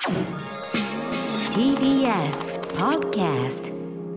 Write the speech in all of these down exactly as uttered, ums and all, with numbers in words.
ティービーエス Podcast。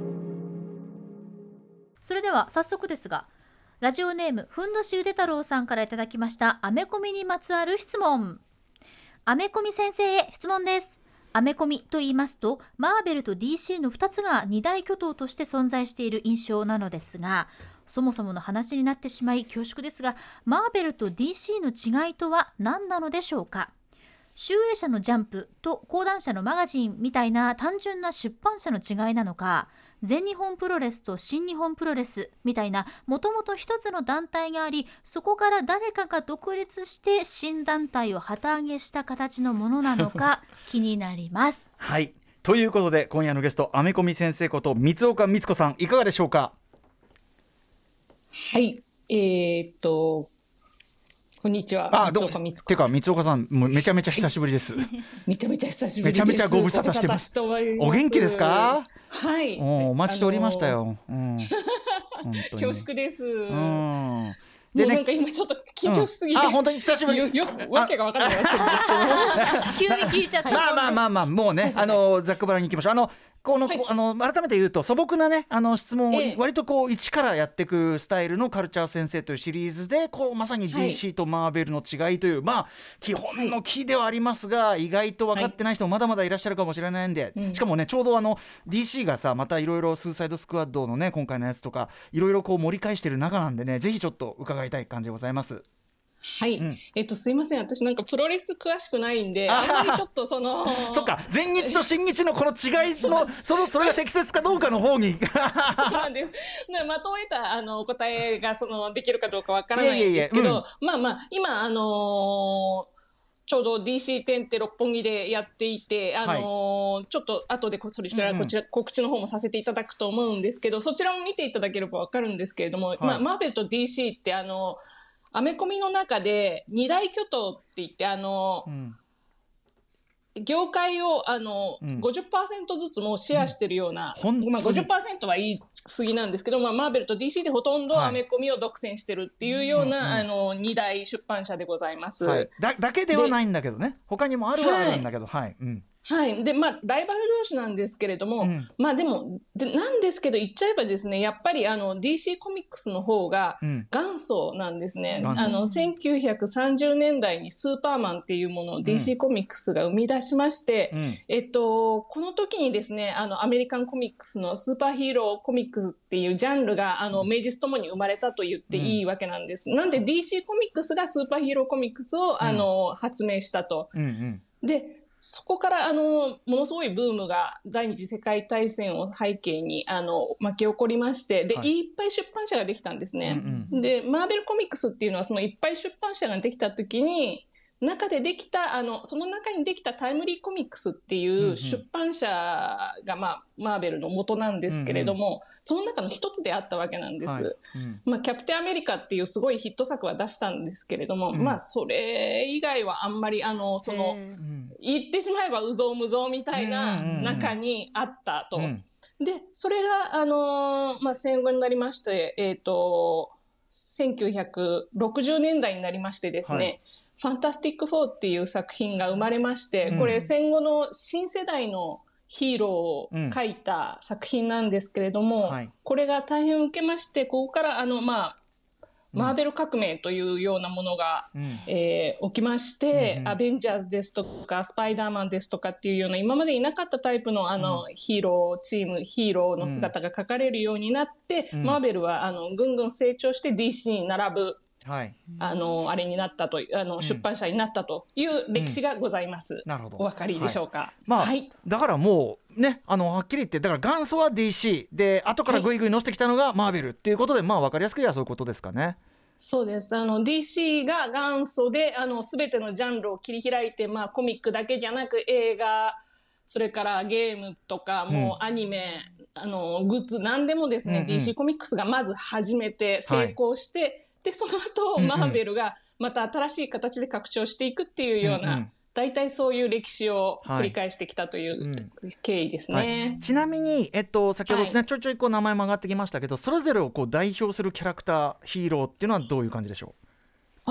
それでは早速ですが、ラジオネームふんどしゆで太郎さんからいただきましたアメコミにまつわる質問。アメコミ先生へ質問です。アメコミと言いますと、マーベルと ディーシー のふたつが二大巨頭として存在している印象なのですが、そもそもの話になってしまい恐縮ですが、マーベルと ディーシー の違いとは何なのでしょうか。集英社のジャンプと講談社のマガジンみたいな単純な出版社の違いなのか、全日本プロレスと新日本プロレスみたいなもともと一つの団体があり、そこから誰かが独立して新団体を旗揚げした形のものなのか気になります。 はい、ということで今夜のゲスト、アメコミ先生こと三岡光子さん、いかがでしょうか。 はい、えー、っとこんにちは。 あ、どうも。てか三岡さん、もうめちゃめちゃ久しぶりです。 めちゃめちゃ久しぶりです。 めちゃめちゃご無沙汰してます。お元気ですか。 はい。 お待ちしておりましたよ。うん、 恐縮です。うん。 でね、もうなんか今ちょっと緊張しすぎて、 うん、あ、本当に久しぶり。 よよわけが分からなくなってるんですけど急に聞いちゃった。 まあまあまあまあ、もうね、あのざっくばらんに行きましょう。あのこの、はい、あの改めて言うと素朴なね、あの質問を割とこう一からやっていくスタイルのカルチャー先生というシリーズで、こうまさに ディーシー とマーベルの違いという、はい、まあ基本の木ではありますが、はい、意外と分かってない人もまだまだいらっしゃるかもしれないんで、はい、しかもね、ちょうどあの ディーシー がさ、またいろいろスーサイドスクワッドのね今回のやつとかいろいろこう盛り返してる中なんでね、ぜひちょっと伺いたい感じでございます。 はい、うん、えっとすいません、私なんかプロレス詳しくないんで、あんまりちょっとそのそっか、前日と新日のこの違いのそのそれが適切かどうかの方にそうなんです。まとえたあのお答えがそのできるかどうかわからないんですけど、いやいやいや、うん、まあまあ今あのーちょうど ディーシーテン って六本木でやっていて、あのーはい、ちょっと後でそれからこちら、うんうん、告知の方もさせていただくと思うんですけど、そちらも見ていただければわかるんですけれども、はい、まあ、マーベルと ディーシー ってあのアメコミの中で二大巨頭って言って、あの、うん、業界をあの、うん、ごじゅっパーセント ずつもシェアしてるような、うん、まあ、ごじゅっパーセント は言い過ぎなんですけど、まあ、マーベルと ディーシー でほとんどアメコミを独占してるっていうような、はい、あの二大出版社でございます、 はい、だ, だけではないんだけどね、他にもあるはあるんだけど、はい、はい、うん、 はい。で、まあ、ライバル同士なんですけれども、うん、まあでもで、なんですけど言っちゃえばですね、やっぱりあの ディーシー コミックスの方が元祖なんですね。うん、あの、せんきゅうひゃくさんじゅうねんだいにスーパーマンっていうものを ディーシー コミックスが生み出しまして、うん、えっと、この時にですね、あの、アメリカンコミックスのスーパーヒーローコミックスっていうジャンルが、あの、名実ともに生まれたと言っていいわけなんです。うん、なんで ディーシー コミックスがスーパーヒーローコミックスを、あの、発明したと。うんうん、で、そこからあのものすごいブームが第二次世界大戦を背景にあの巻き起こりまして、で、はい、いっぱい出版社ができたんですね。うんうん、で、マーベルコミックスっていうのはそのいっぱい出版社ができた時に中でできたあのその中にできたタイムリーコミックスっていう出版社が、まあ、マーベルの元なんですけれども、うんうん、その中の一つであったわけなんです。はい、うん、まあ、キャプテンアメリカっていうすごいヒット作は出したんですけれども、うん、まあそれ以外はあんまりあのその、うん、言ってしまえばうぞうむぞうみたいな中にあったと。うんうんうん、でそれがあの、まあ、戦後になりまして、えっとせんきゅうひゃくろくじゅうねんだいになりましてですね、はい、ファンタスティックフォーっていう作品が生まれまして、うん、これ戦後の新世代のヒーローを描いた作品なんですけれども、うん、はい、これが大変受けまして、ここからあの、まあ、マーベル革命というようなものが、うん、えー、起きまして、うんうん、アベンジャーズですとかスパイダーマンですとかっていうような今までいなかったタイプの、あの、うん、ヒーローチームヒーローの姿が描かれるようになって、うん、マーベルはあのぐんぐん成長して ディーシー に並ぶ、はい、あのあれになったとあの、うん、出版社になったという歴史がございます、うん、なるほど。お分かりでしょうか。はい、 まあ、 はい、 だからもうね、あのはっきり言って、だから元祖は ディーシー で後からぐいぐい乗せてきたのがマーベルっていうことで、はい、まあ分かりやすく言えばそういうことですかね。 そうです。あの ディーシー が元祖であの全てのジャンルを切り開いて、まあ、コミックだけじゃなく映画、それからゲームとかもうアニメ、うん、あのグッズ何でもですね、うんうん、ディーシー コミックスがまず始めて成功して、はい、でその後、うんうん、マーベルがまた新しい形で拡張していくっていうような、うんうん、大体そういう歴史を繰り返してきたという経緯ですね。はいうんはい、ちなみに、えっと、先ほど、ねはい、ちょいちょいこう名前も上がってきましたけど、それぞれをこう代表するキャラクターヒーローっていうのはどういう感じでしょう。 あ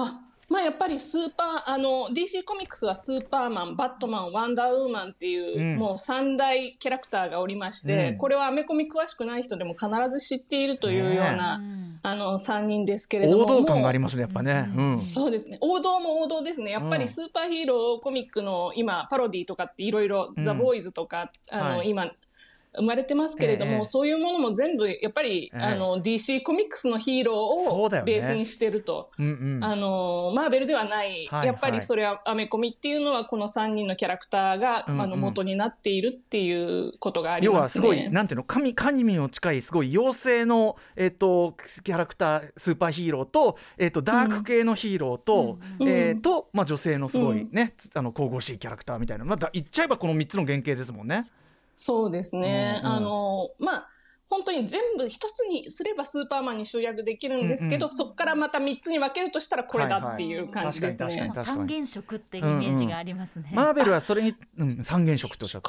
まあやっぱりスーパーあの ディーシー コミックスはスーパーマン、バットマン、ワンダーウーマンっていう、うん、もう三大キャラクターがおりまして、うん、これはアメコミ詳しくない人でも必ず知っているというような、ね、あのさんにんですけれども、 王道感がありますねやっぱね、うん、 そうですね、王道も王道ですね。やっぱりスーパーヒーローコミックの今パロディとかっていろいろザ・ボーイズとか、あの、はい、今生まれてますけれども、ええ、そういうものも全部やっぱり、ええ、あの ディーシー コミックスのヒーローをベースにしてると、ね、うんうん、あのマーベルではない、はいはい、やっぱりそれはアメコミっていうのはこのさんにんのキャラクターが、うんうん、あの元になっているっていうことがありますね。 要はすごいなんていうの、神神にも近いすごい妖精の、えー、とキャラクタースーパーヒーローと、えー、とダーク系のヒーローと、うんえーとまあ、女性のすごいね、うん、あの神々しいキャラクターみたいな、まあ、言っちゃえばこのみっつの原型ですもんね。 そうですね、うんうん、あのまあ本当に全部一つにすればスーパーマンに集約できるんですけど、うんうん、そこからまたみっつに分けるとしたらこれだっていう感じですね、はいはい、 三原色っていうイメージがありますね、 うんうん、マーベルはそれに、うん、三原色とおっしゃ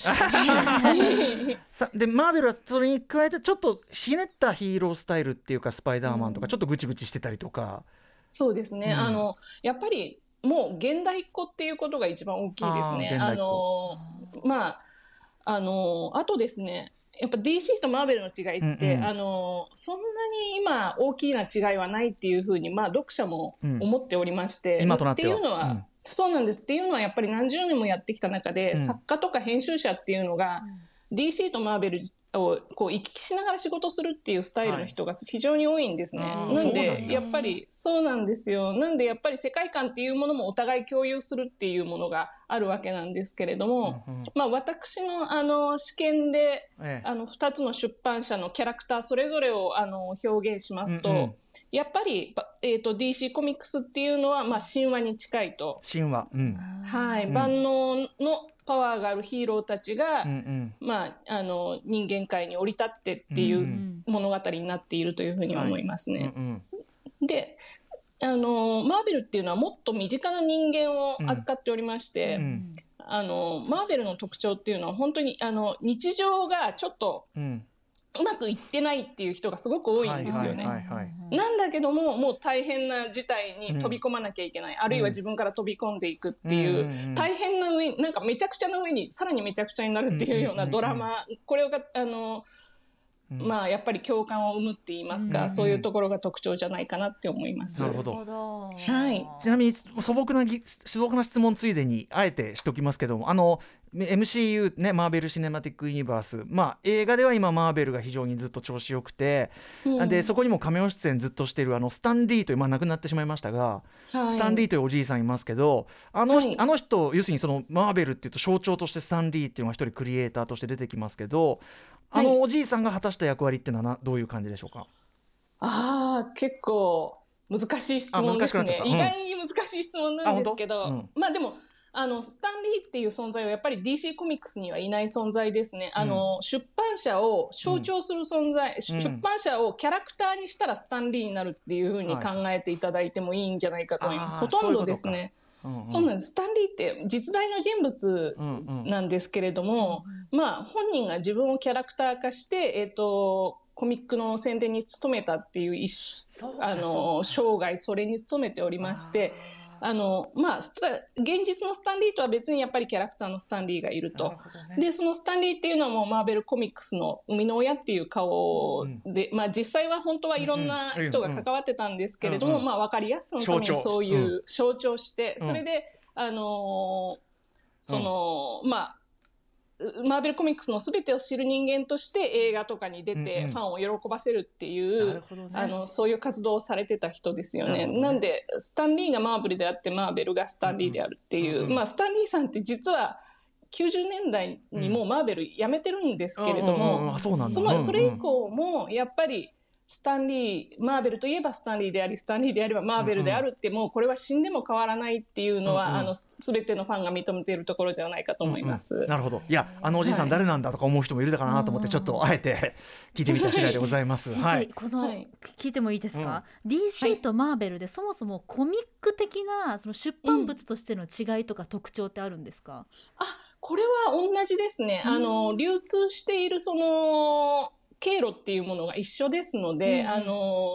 ったでマーベルはそれに加えてちょっとひねったヒーロースタイルっていうかスパイダーマンとかちょっとブチブチしてたりとか、うん、 そうですね、うん、あのやっぱりもう現代っ子っていうことが一番大きいですね。あのまああのあとですね、やっぱ ディーシー とマーベルの違いって、うんうん、あのそんなに今大きな違いはないっていうふうに、まあ、読者も思っておりまして、うん、 今となってはっていうのは、うん、そうなんです。っていうのはやっぱり何十年もやってきた中で、うん、作家とか編集者っていうのが、うん、ディーシー とマーベルをこう行き来しながら仕事するっていうスタイルの人が非常に多いんですね、はい、なんでやっぱりそうなんですよ。なんでやっぱり世界観っていうものもお互い共有するっていうものがあるわけなんですけれども、うんうん、まあ、私 の, あの試験で、ええ、あのふたつの出版社のキャラクターそれぞれをあの表現しますと、うんうん、やっぱり、えーと、ディーシー コミックスっていうのは、まあ、神話に近いと。 神話、うん、 はい、うん、万能のパワーがあるヒーローたちが、うんうんまあ、あの人間界に降り立ってっていう物語になっているというふうに思いますね、はいうんうん、であのマーベルっていうのはもっと身近な人間を扱っておりまして、うんうん、あのマーベルの特徴っていうのは本当にあの日常がちょっと、うんうまくいってないっていう人がすごく多いんですよね、はいはいはいはい、なんだけどももう大変な事態に飛び込まなきゃいけない、うん、あるいは自分から飛び込んでいくっていう、うん、大変な上になんかめちゃくちゃな上にさらにめちゃくちゃになるっていうようなドラマ、うんうんうん、これがあのまあ、やっぱり共感を生むって言いますか、うん、そういうところが特徴じゃないかなって思います。 なるほど、 はい、 ちなみに素朴な素朴な質問ついでにあえてしておきますけども、あの エムシーユー ね、マーベル・シネマティック・ユニバース、まあ、映画では今マーベルが非常にずっと調子よくて、うん、でそこにもカメオ出演ずっとしているあのスタンリーという、まあ、亡くなってしまいましたが、はい、スタンリーというおじいさんいますけど、あの、はい、あの人要するにそのマーベルっていうと象徴としてスタンリーっていうのが一人クリエイターとして出てきますけど、あのおじいさんが果たした役割っていうのはどういう感じでしょうか。 あー結構難しい質問ですね、うん、意外に難しい質問なんですけど、うん、まあでもあのスタンリーっていう存在はやっぱり ディーシー コミックスにはいない存在ですね。あの、うん、出版社を象徴する存在、うん、出版社をキャラクターにしたらスタンリーになるっていうふうに考えていただいてもいいんじゃないかと思います、はい、ほとんどですね。うんうん、そうなんです。スタンリーって実在の人物なんですけれども、うんうん、まあ本人が自分をキャラクター化して、えーと、コミックの宣伝に努めたっていう一あの生涯それに努めておりまして、あのまあ現実のスタンリーとは別にやっぱりキャラクターのスタンリーがいると。ね、でそのスタンリーっていうのはもうマーベルコミックスの生みの親っていう顔で、うん、まあ実際は本当はいろんな人が関わってたんですけれども、うんうん、まあ分かりやすさのためにそういう象徴して、うん、それであのー、その、うん、まあマーベルコミックスの全てを知る人間として映画とかに出てファンを喜ばせるっていう、うんうんね、あのそういう活動をされてた人ですよね。な, ねなんでスタンリーがマーベルであってマーベルがスタンリーであるっていう、うんうんまあ、スタンリーさんって実はきゅうじゅうねんだいにもうマーベルやめてるんですけれども、それ以降もやっぱりスタンリーマーベルといえばスタンリーでありスタンリーであればマーベルであるって、もうこれは死んでも変わらないっていうのは、うんうん、あの全てのファンが認めているところではないかと思います、 うんうん、なるほど。いやあのおじいさん誰なんだとか思う人もいるかなと思って、ちょっとあえて聞いてみた次第でございます、 はい、この、はい、聞いてもいいですか、うん、ディーシー とマーベルでそもそもコミック的なその出版物としての違いとか特徴ってあるんですか。うん、あこれは同じですね。あの流通しているその経路っていうものが一緒ですので、うん、あの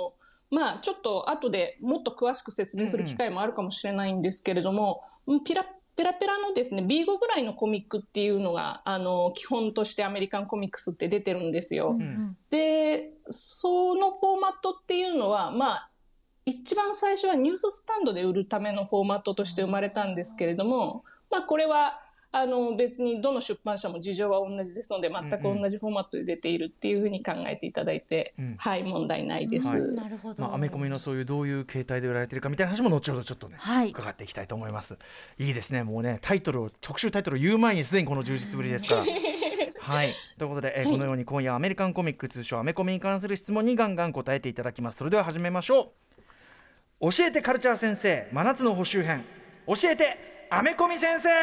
まあちょっと後でもっと詳しく説明する機会もあるかもしれないんですけれども、うんうん、ピラペラペラのですね ビーファイブ ぐらいのコミックっていうのがあの基本としてアメリカンコミックスって出てるんですよ、うん、でそのフォーマットっていうのはまあ一番最初はニューススタンドで売るためのフォーマットとして生まれたんですけれども、まあこれはあの別にどの出版社も事情は同じですので全く同じフォーマットで出ているっていうふうに考えていただいて、うん、はい問題ないです、はい、 なるほど、 まあ、アメコミのそういうどういう形態で売られているかみたいな話も後ほどちょっとね、はい、伺っていきたいと思います。いいですね、もうねタイトルを特集タイトルを言う前にすでにこの充実ぶりですからはい、ということで、えーはい、このように今夜アメリカンコミック通称アメコミに関する質問にガンガン答えていただきます。それでは始めましょう。教えてカルチャー先生真夏の補習編、教えてアメコミ先生。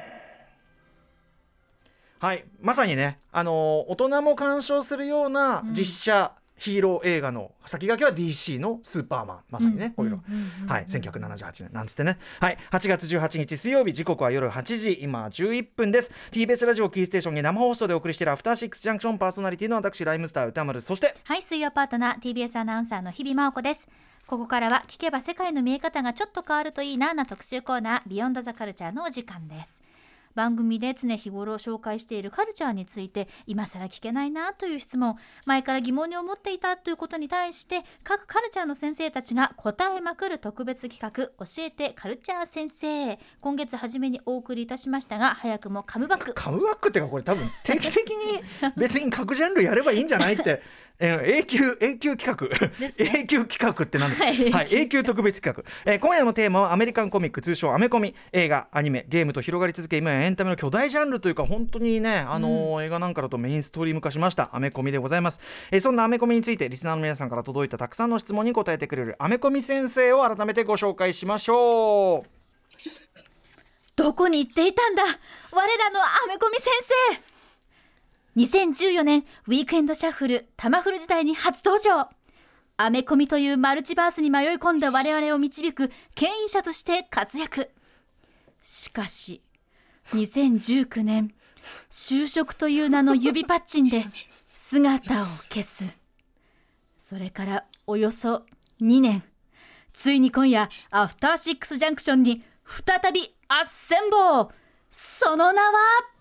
はい、まさにね、あのー、大人も鑑賞するような実写、うん、ヒーロー映画の先駆けは ディーシー のスーパーマン、まさにね、こういうの、はい、せんきゅうひゃくななじゅうはちねんなんつってね、はい、はちがつじゅうはちにち水曜日、時刻は夜はちじ、今じゅういっぷんです。 ティービーエス ラジオキーステーションに生放送でお送りしているアフターシックスジャンクション、パーソナリティの私ライムスター歌丸、そしてはい、水曜パートナー ティービーエス アナウンサーの日々真央子です。ここからは聞けば世界の見え方がちょっと変わるといいなな特集コーナー、ビヨンドザカルチャーのお時間です。番組で常日頃紹介しているカルチャーについて今更聞けないなという質問、前から疑問に思っていたということに対して各カルチャーの先生たちが答えまくる特別企画、教えてカルチャー先生、今月初めにお送りいたしましたが、早くもカムバックカムバックっていうかこれ多分定期的に別に各ジャンルやればいいんじゃないってえー、永久永久企画、ね、永久企画って何だ、はいはい、永久特別企画、えー、今夜のテーマはアメリカンコミック通称アメコミ、映画アニメゲームと広がり続け今やエンタメの巨大ジャンルというか本当にね、あのーうん、映画なんかだとメインストーリー化しましたアメコミでございます、えー、そんなアメコミについてリスナーの皆さんから届いたたくさんの質問に答えてくれるアメコミ先生を改めてご紹介しましょう。 どこに行っていたんだ我らのアメコミ先生。にせんじゅうよねんウィークエンドシャッフルタマフル時代に初登場、アメコミというマルチバースに迷い込んだ我々を導く牽引者として活躍。しかしにせんじゅうきゅうねん就職という名の指パッチンで姿を消す。それからおよそにねん、ついに今夜アフターシックスジャンクションに再びアッセンボー。その名は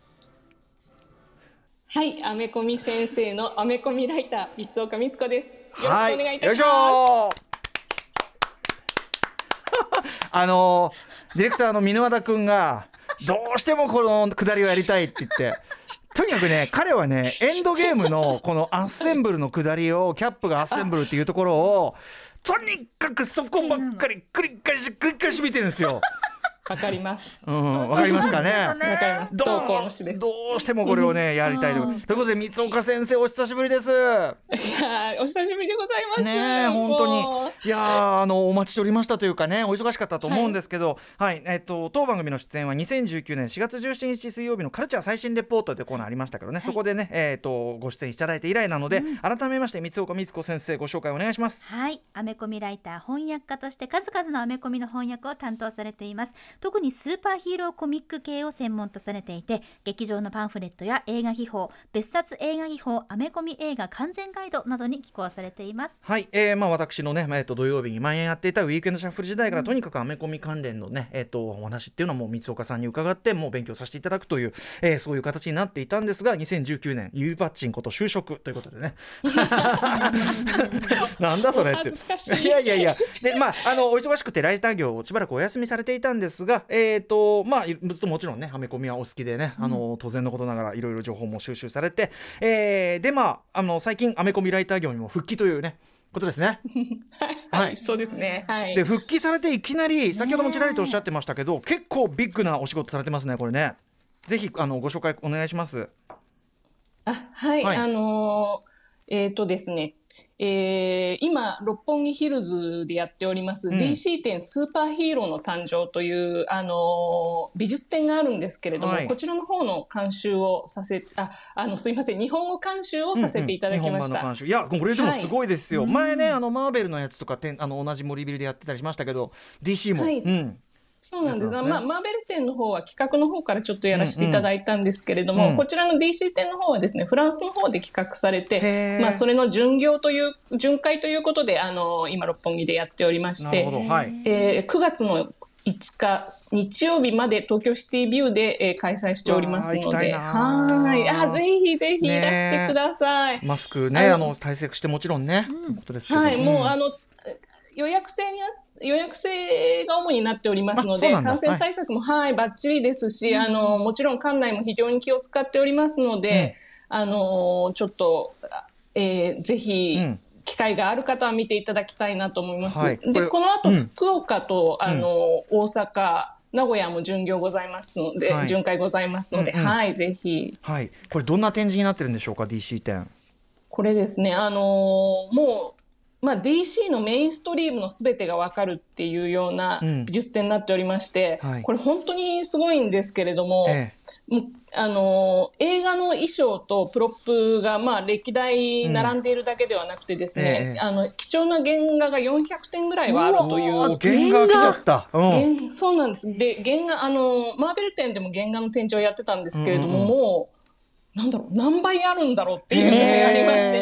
はい、アメコミ先生のアメコミライター三岡光子です。よろしくお願いいたします。はい、 あのディレクターの箕輪田くんがどうしてもこの下りをやりたいって言ってとにかくね彼はねエンドゲームのこのアッセンブルの下りをキャップがアッセンブルっていうところをとにかくそこばっかり繰り返し繰り返し見てるんですよ。 わかります。 うん、わかりますかね。わかります。投稿の詩です。 どうしてもこれをね、うん、やりたいということで、三岡先生お久しぶりです。いやお久しぶりでございます。 ね本当にいやあのお待ちしておりましたというかねお忙しかったと思うんですけど、はい、はい、えっと当番組の出演はにせんじゅうきゅうねんしがつじゅうしちにち水曜日のカルチャー最新レポートというコーナーありましたけどね、はい、そこでねえっとご出演いただいて以来なので、うん、改めまして三岡光子先生ご紹介お願いします。 はい、アメコミライター翻訳家として数々のアメコミの翻訳を担当されています。特にスーパーヒーローコミック系を専門とされていて、劇場のパンフレットや映画秘宝、別冊映画秘宝、アメコミ映画完全ガイドなどに寄稿されています。 はい、えーまあ、私のね、えー、と土曜日に蔓延やっていたウィークエンドシャッフル時代から、うん、とにかくアメコミ関連のね、えー、とお話っていうのはもう三岡さんに伺ってもう勉強させていただくという、えー、そういう形になっていたんですが、にせんじゅうきゅうねん指パッチンこと就職ということでねなんだそれっていやいやいやで、まあ、あのお忙しくてライター業をしばらくお休みされていたんですが、えーとまあ、ずっともちろんねアメコミはお好きでね、あの当然のことながらいろいろ情報も収集されて、えー、でまあ、あの最近アメコミライター業にも復帰というねことですねはい、はい、そうですね、はい、 で復帰されていきなり先ほどもちらりとおっしゃってましたけど、結構ビッグなお仕事されてますねこれね。ぜひあのご紹介お願いします。 あはい、はい、あのー、えっ、ー、とですねえー、今六本木ヒルズでやっております、うん、ディーシー 展スーパーヒーローの誕生という、あのー、美術展があるんですけれども、はい、こちらの方の監修をさせああのすいません日本語監修をさせていただきました、うんうん、 いやこれでもすごいですよ、はい、前ねあのマーベルのやつとかてあの同じ森ビルでやってたりしましたけど ディーシー も、 はいうんそうなんです。 ね、 まあ、マーベル展の方は企画の方からちょっとやらせていただいたんですけれども、うんうん、こちらの ディーシー 展の方はですね、フランスの方で企画されて、まあ、それの巡業という、巡回ということで、あの、今、六本木でやっておりまして、はい、えー、くがつのいつか日曜日まで東京シティビューで、えー、開催しておりますので、はい、あ、ぜひぜひいらしてください。 マスクね、あの対策してもちろんね、うん、ことですけど、 はい、もうあの予約制に予約制が主になっておりますので、感染対策も、はい、バッチリですし、うん、あのもちろん館内も非常に気を使っておりますので、うん、あのちょっと、えー、ぜひ、うん、機会がある方は見ていただきたいなと思います。はい、でこの後、うん、福岡とあの、うん、大阪、名古屋も巡業ございますので、はい、巡回ございますので、うんうん、はい、ぜひ、 はい、これどんな展示になってるんでしょうか、 ディーシー 展。 これですね、あのー、もうまあ、ディーシー のメインストリームのすべてが分かるっていうような美術展になっておりまして、うんはい、これ本当にすごいんですけれども、ええ、もあの映画の衣装とプロップがまあ歴代並んでいるだけではなくてですね、うんええ、あの貴重な原画がよんひゃくてんぐらいはあるという。 原画来ちゃった、 うん、そうなんです。で原画あのマーベル展でも原画の展示をやってたんですけれども、うんうん、もうなんだろう何倍あるんだろうっていうのがありまして、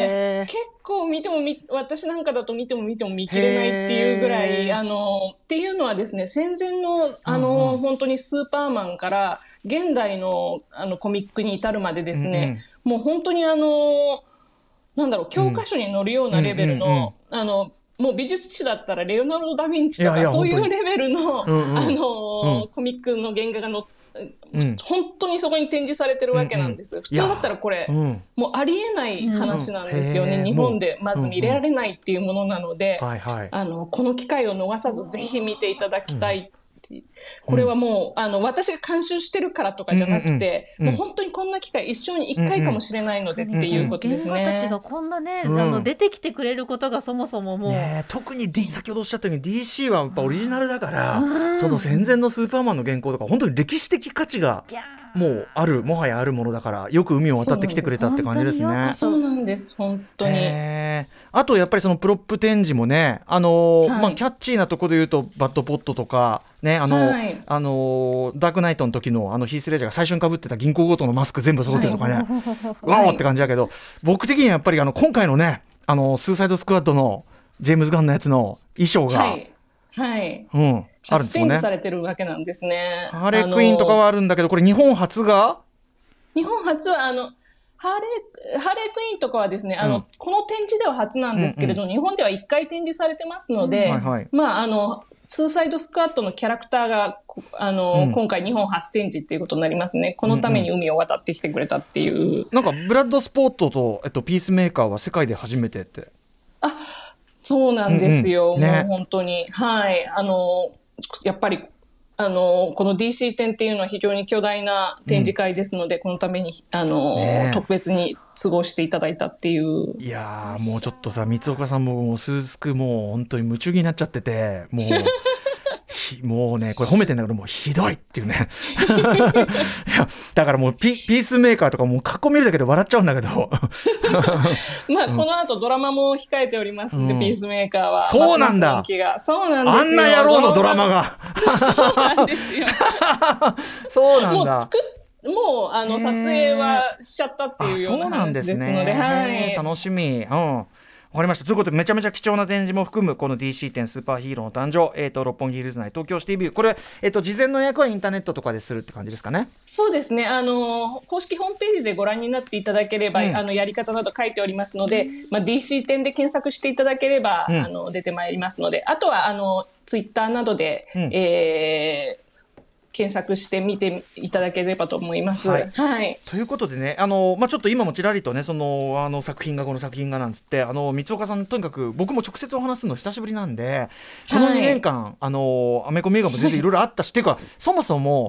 結構見てもみ私なんかだと見ても見ても見切れないっていうぐらい、あのっていうのはですね、戦前のあの、うんうん、本当にスーパーマンから現代のあのコミックに至るまでですね、うんうん、もう本当にあのなんだろう教科書に載るようなレベルの、うんうんうん、あのもう美術史だったらレオナルド・ダ・ヴィンチとかそういうレベルの、うんうん、あの、うん、コミックの原画が載ってうん、本当にそこに展示されてるわけなんです、うんうん、普通だったらこれ、うん、もうありえない話なんですよね、うん、日本でまず見れられないっていうものなので、うんうん、あのこの機会を逃さずぜひ見ていただきたい、うんこれはもうあの私が監修してるからとかじゃなくて、うんうん、もう本当にこんな機会一生にいっかいかもしれないのでっていうことですね。 原画たちがこんなね、うん、あの出てきてくれることがそもそももう、ね、 特に、D、先ほどおっしゃったように ディーシー はやっぱオリジナルだから、うん、その戦前のスーパーマンの原稿とか本当に歴史的価値がもうあるもはやあるものだからよく海を渡ってきてくれたって感じですね。 そうなんです本当に。 あとやっぱりそのプロップ展示もね、あのーはいまあ、キャッチーなところで言うとバッドポットとかね、あの、はい、あのダークナイトの時のあのヒース・レジャーが最初に被ってた銀行強盗のマスク全部揃ってるとかね、はい、わおって感じだけど、僕的にはやっぱりあの今回のねあのスーサイドスクワッドのジェームズ・ガンのやつの衣装が、 はいはいうん、あるんですよね。 初展示されてるわけなんですね。 ハーレークイーンとかはあるんだけど、これ日本初が日本初はあのハーレー、ハーレークイーンとかはですね、あの、うん、この展示では初なんですけれど、うんうん、日本ではいっかい展示されてますので、うんはいはい、まあ、あの、スーサイドスクワットのキャラクターが、あの、うん、今回日本初展示っていうことになりますね。このために海を渡ってきてくれたっていう。うんうん、 なんか、ブラッドスポートと、えっと、ピースメーカーは世界で初めてって。 あ、そうなんですよ。うんうんね、もう本当に。はい。あの、やっぱり、あのこの ディーシー 展っていうのは非常に巨大な展示会ですので、うん、このためにあの、ね、特別に都合していただいたっていう。 いやもうちょっとさ、三岡さんももうスースクもう本当に夢中になっちゃってて、もうもうねこれ褒めてんだけどもうひどいっていうねいやだからもう ピ, ピースメーカーとかもう過去見るだけで笑っちゃうんだけどまあ、うん、この後ドラマも控えておりますんで、うん、ピースメーカーはそうなんだ、 ますますそうなんですよ、 あんな野郎のドラマがそうなんですよそうなんだ、 もう作っもうあの撮影はしちゃったっていうような話ですので、はい、 楽しみ。うんわかりました。ということでめちゃめちゃ貴重な展示も含むこの ディーシー 展スーパーヒーローの誕生、えー、と六本木ヒルズ内東京シティビュー、これ、えー、と事前の予約はインターネットとかでするって感じですかね。 そうですね、あの公式ホームページでご覧になっていただければ、うん、あのやり方など書いておりますので、まあ、ディーシー 展で検索していただければ、うん、あの出てまいりますので、あとはあのツイッターなどで、うんえー検索してみていただければと思います。はいはい、 ということでね、あの、まあ、ちょっと今もちらりとねそのあの作品がこの作品がなんつってあの三岡さんとにかく僕も直接お話するの久しぶりなんで、このにねんかん、はい、あのアメコミ映画も全然いろいろあったし、っていうかそもそも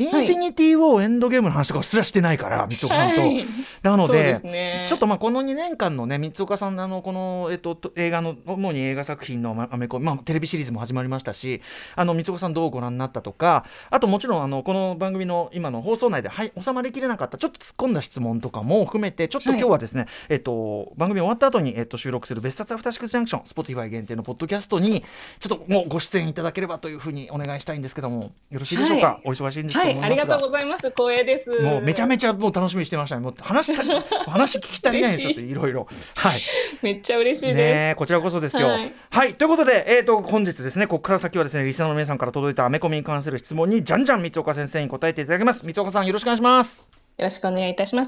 インフィニティ・ウォーエンドゲームの話とかすらしてないから三岡さんと、はい、なの で, で、ね、ちょっとまあこのにねんかんのね三岡さんのあのこの、えっと、映画の主に映画作品のアメコミ、まあ、テレビシリーズも始まりましたし、あの三岡さんどうご覧になったとか、あともちろんあのこの番組の今の放送内で、はい、収まりきれなかったちょっと突っ込んだ質問とかも含めてちょっと今日はですね、はい、えっと、番組終わった後に、えっと、収録する別冊アフターシックスジャンクション Spotify 限定のポッドキャストにちょっともうご出演いただければというふうにお願いしたいんですけども、よろしいでしょうか。はい、お忙しいんですけども、 はい、ありがとうございます。光栄です。 もうめちゃめちゃもう楽しみにしてましたね。もう話話聞き足りないですよいろいろ。はい。 めっちゃ嬉しいです。 ね、こちらこそですよ。はい、はい、ということで、えーと本日ですね、ここから先はですね、リスナーの皆さんから届いたアメコミに関する質問にじゃんじゃん三岡先生に答えていただきます。三岡さん、よろしくお願いします。 よろしくお願いいたします。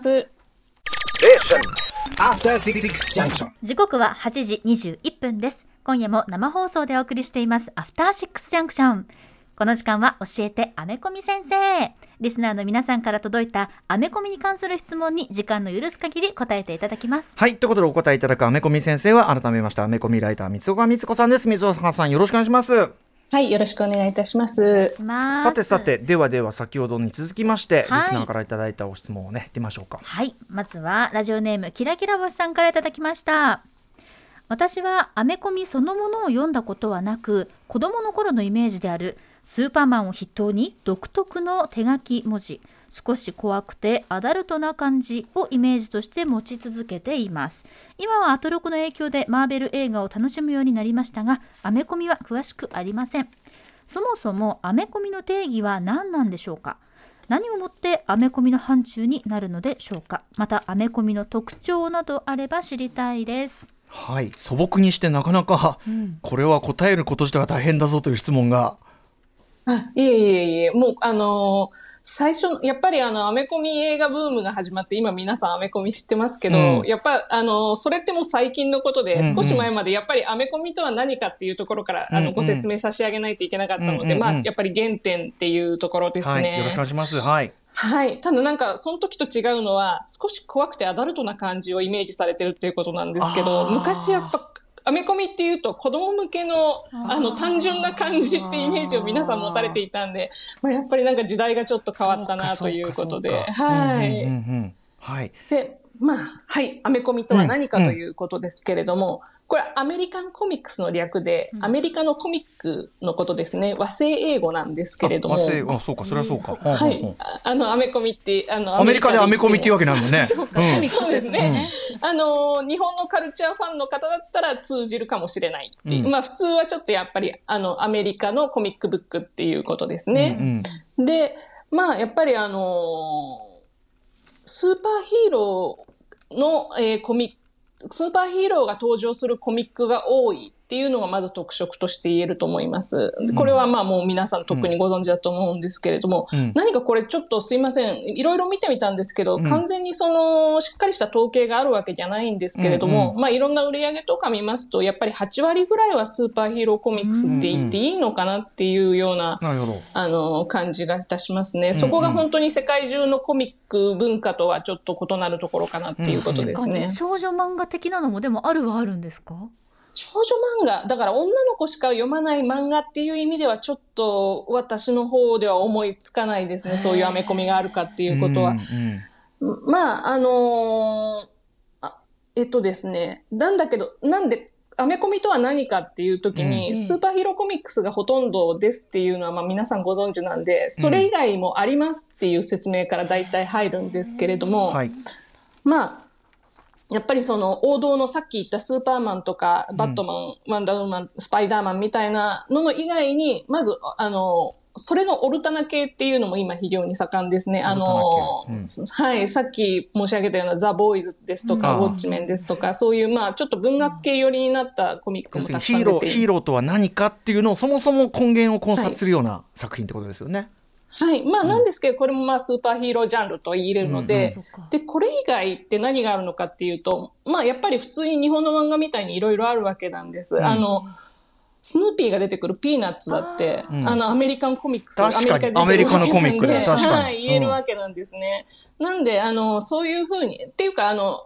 時刻ははちじにじゅういっぷんです。今夜も生放送でお送りしていますアフターシックスジャンクション。この時間は教えてアメコミ先生。リスナーの皆さんから届いたアメコミに関する質問に時間の許す限り答えていただきます。 はい、ということでお答えいただくアメコミ先生は改めましてアメコミライター三岡光子さんです。三岡さん、よろしくお願いします。 はい、よろしくお願いいたします。 さてさて、ではでは先ほどに続きまして、はい、リスナーからいただいたお質問をね、やってみましょうか。 はい、まずはラジオネームキラキラ星さんからいただきました。私はアメコミそのものを読んだことはなく、子供の頃のイメージであるスーパーマンを筆頭に独特の手書き文字、少し怖くてアダルトな感じをイメージとして持ち続けています。今はアトロクの影響でマーベル映画を楽しむようになりましたが、アメコミは詳しくありません。そもそもアメコミの定義は何なんでしょうか。何をもってアメコミの範疇になるのでしょうか。またアメコミの特徴などあれば知りたいです。 はい、素朴にしてなかなか、うん、これは答えること自体は大変だぞという質問が。 あ、いえいえいえ、もうあのー、最初やっぱりあのアメコミ映画ブームが始まって、今皆さんアメコミ知ってますけど、うん、やっぱあのそれってもう最近のことで、うんうん、少し前までやっぱりアメコミとは何かっていうところから、うんうん、あのご説明差し上げないといけなかったので、うんうんうん、まあやっぱり原点っていうところですね。はい、 よろしくお願いします。はい。 はい。ただなんかその時と違うのは、少し怖くてアダルトな感じをイメージされてるっていうことなんですけど、昔やっぱアメコミっていうと子供向けのあの単純な感じってイメージを皆さん持たれていたんで、まあ、やっぱりなんか時代がちょっと変わったなということで、はい。 はい。 で、まあ、はい。アメコミとは何かということですけれども、うんうん、これアメリカンコミックスの略で、アメリカのコミックのことですね。和製英語なんですけれども。 和製、あ、そうか、それはそうか。 はい。あのアメコミってあのアメリカでアメコミっていうわけなんだね。 うん、そうですね。うん、あの日本のカルチャーファンの方だったら通じるかもしれないっていう、うん、まあ普通はちょっとやっぱりあのアメリカのコミックブックっていうことですね。うんうん、で、まあやっぱりあのスーパーヒーローの、えー、コミックスーパーヒーローが登場するコミックが多いっていうのがまず特色として言えると思います。これはまあもう皆さん特にご存知だと思うんですけれども、うん、何かこれちょっとすいません、いろいろ見てみたんですけど、うん、完全にそのしっかりした統計があるわけじゃないんですけれども、うんうん、まあいろんな売り上げとか見ますと、やっぱりはちわりぐらいはスーパーヒーローコミックスって言っていいのかなっていうような、うんうん、あの感じがいたしますね。うんうん、そこが本当に世界中のコミック文化とはちょっと異なるところかなっていうことですね。 うんうん、少女漫画的なのもでもあるはあるんですか？ 少女漫画だから女の子しか読まない漫画っていう意味ではちょっと私の方では思いつかないですね。そういうアメコミがあるかっていうことは、うんうん、まああのー、あえっとですねなんだけどなんでアメコミとは何かっていう時に、うん、スーパーヒーローコミックスがほとんどですっていうのはまあ皆さんご存知なんで、それ以外もありますっていう説明から大体入るんですけれども、うん、はい、まあやっぱりその王道のさっき言ったスーパーマンとかバットマン、うん、ワンダーウーマン、スパイダーマンみたいなのの以外に、まずあのそれのオルタナ系っていうのも今非常に盛んですね。あの、うん、はい、さっき申し上げたようなザ・ボーイズですとか、うん、ウォッチメンですとか、そういうまあちょっと文学系寄りになったコミックもたくさん出ている。 ヒーロー、ヒーローとは何かっていうのをそもそも根源を考察するような作品ってことですよね。はいはい。まあなんですけど、これもまあスーパーヒーロージャンルと言えるので、うんうん、で、これ以外って何があるのかっていうと、まあやっぱり普通に日本の漫画みたいにいろいろあるわけなんです。うん、あの、スヌーピーが出てくるピーナッツだって、あ,、うん、あのアメリカンコミックス、 確かにアメリカのコミックだ、確かに、 はい、言えるわけなんですね。うん、なんで、あの、そういうふうに、っていうか、あの、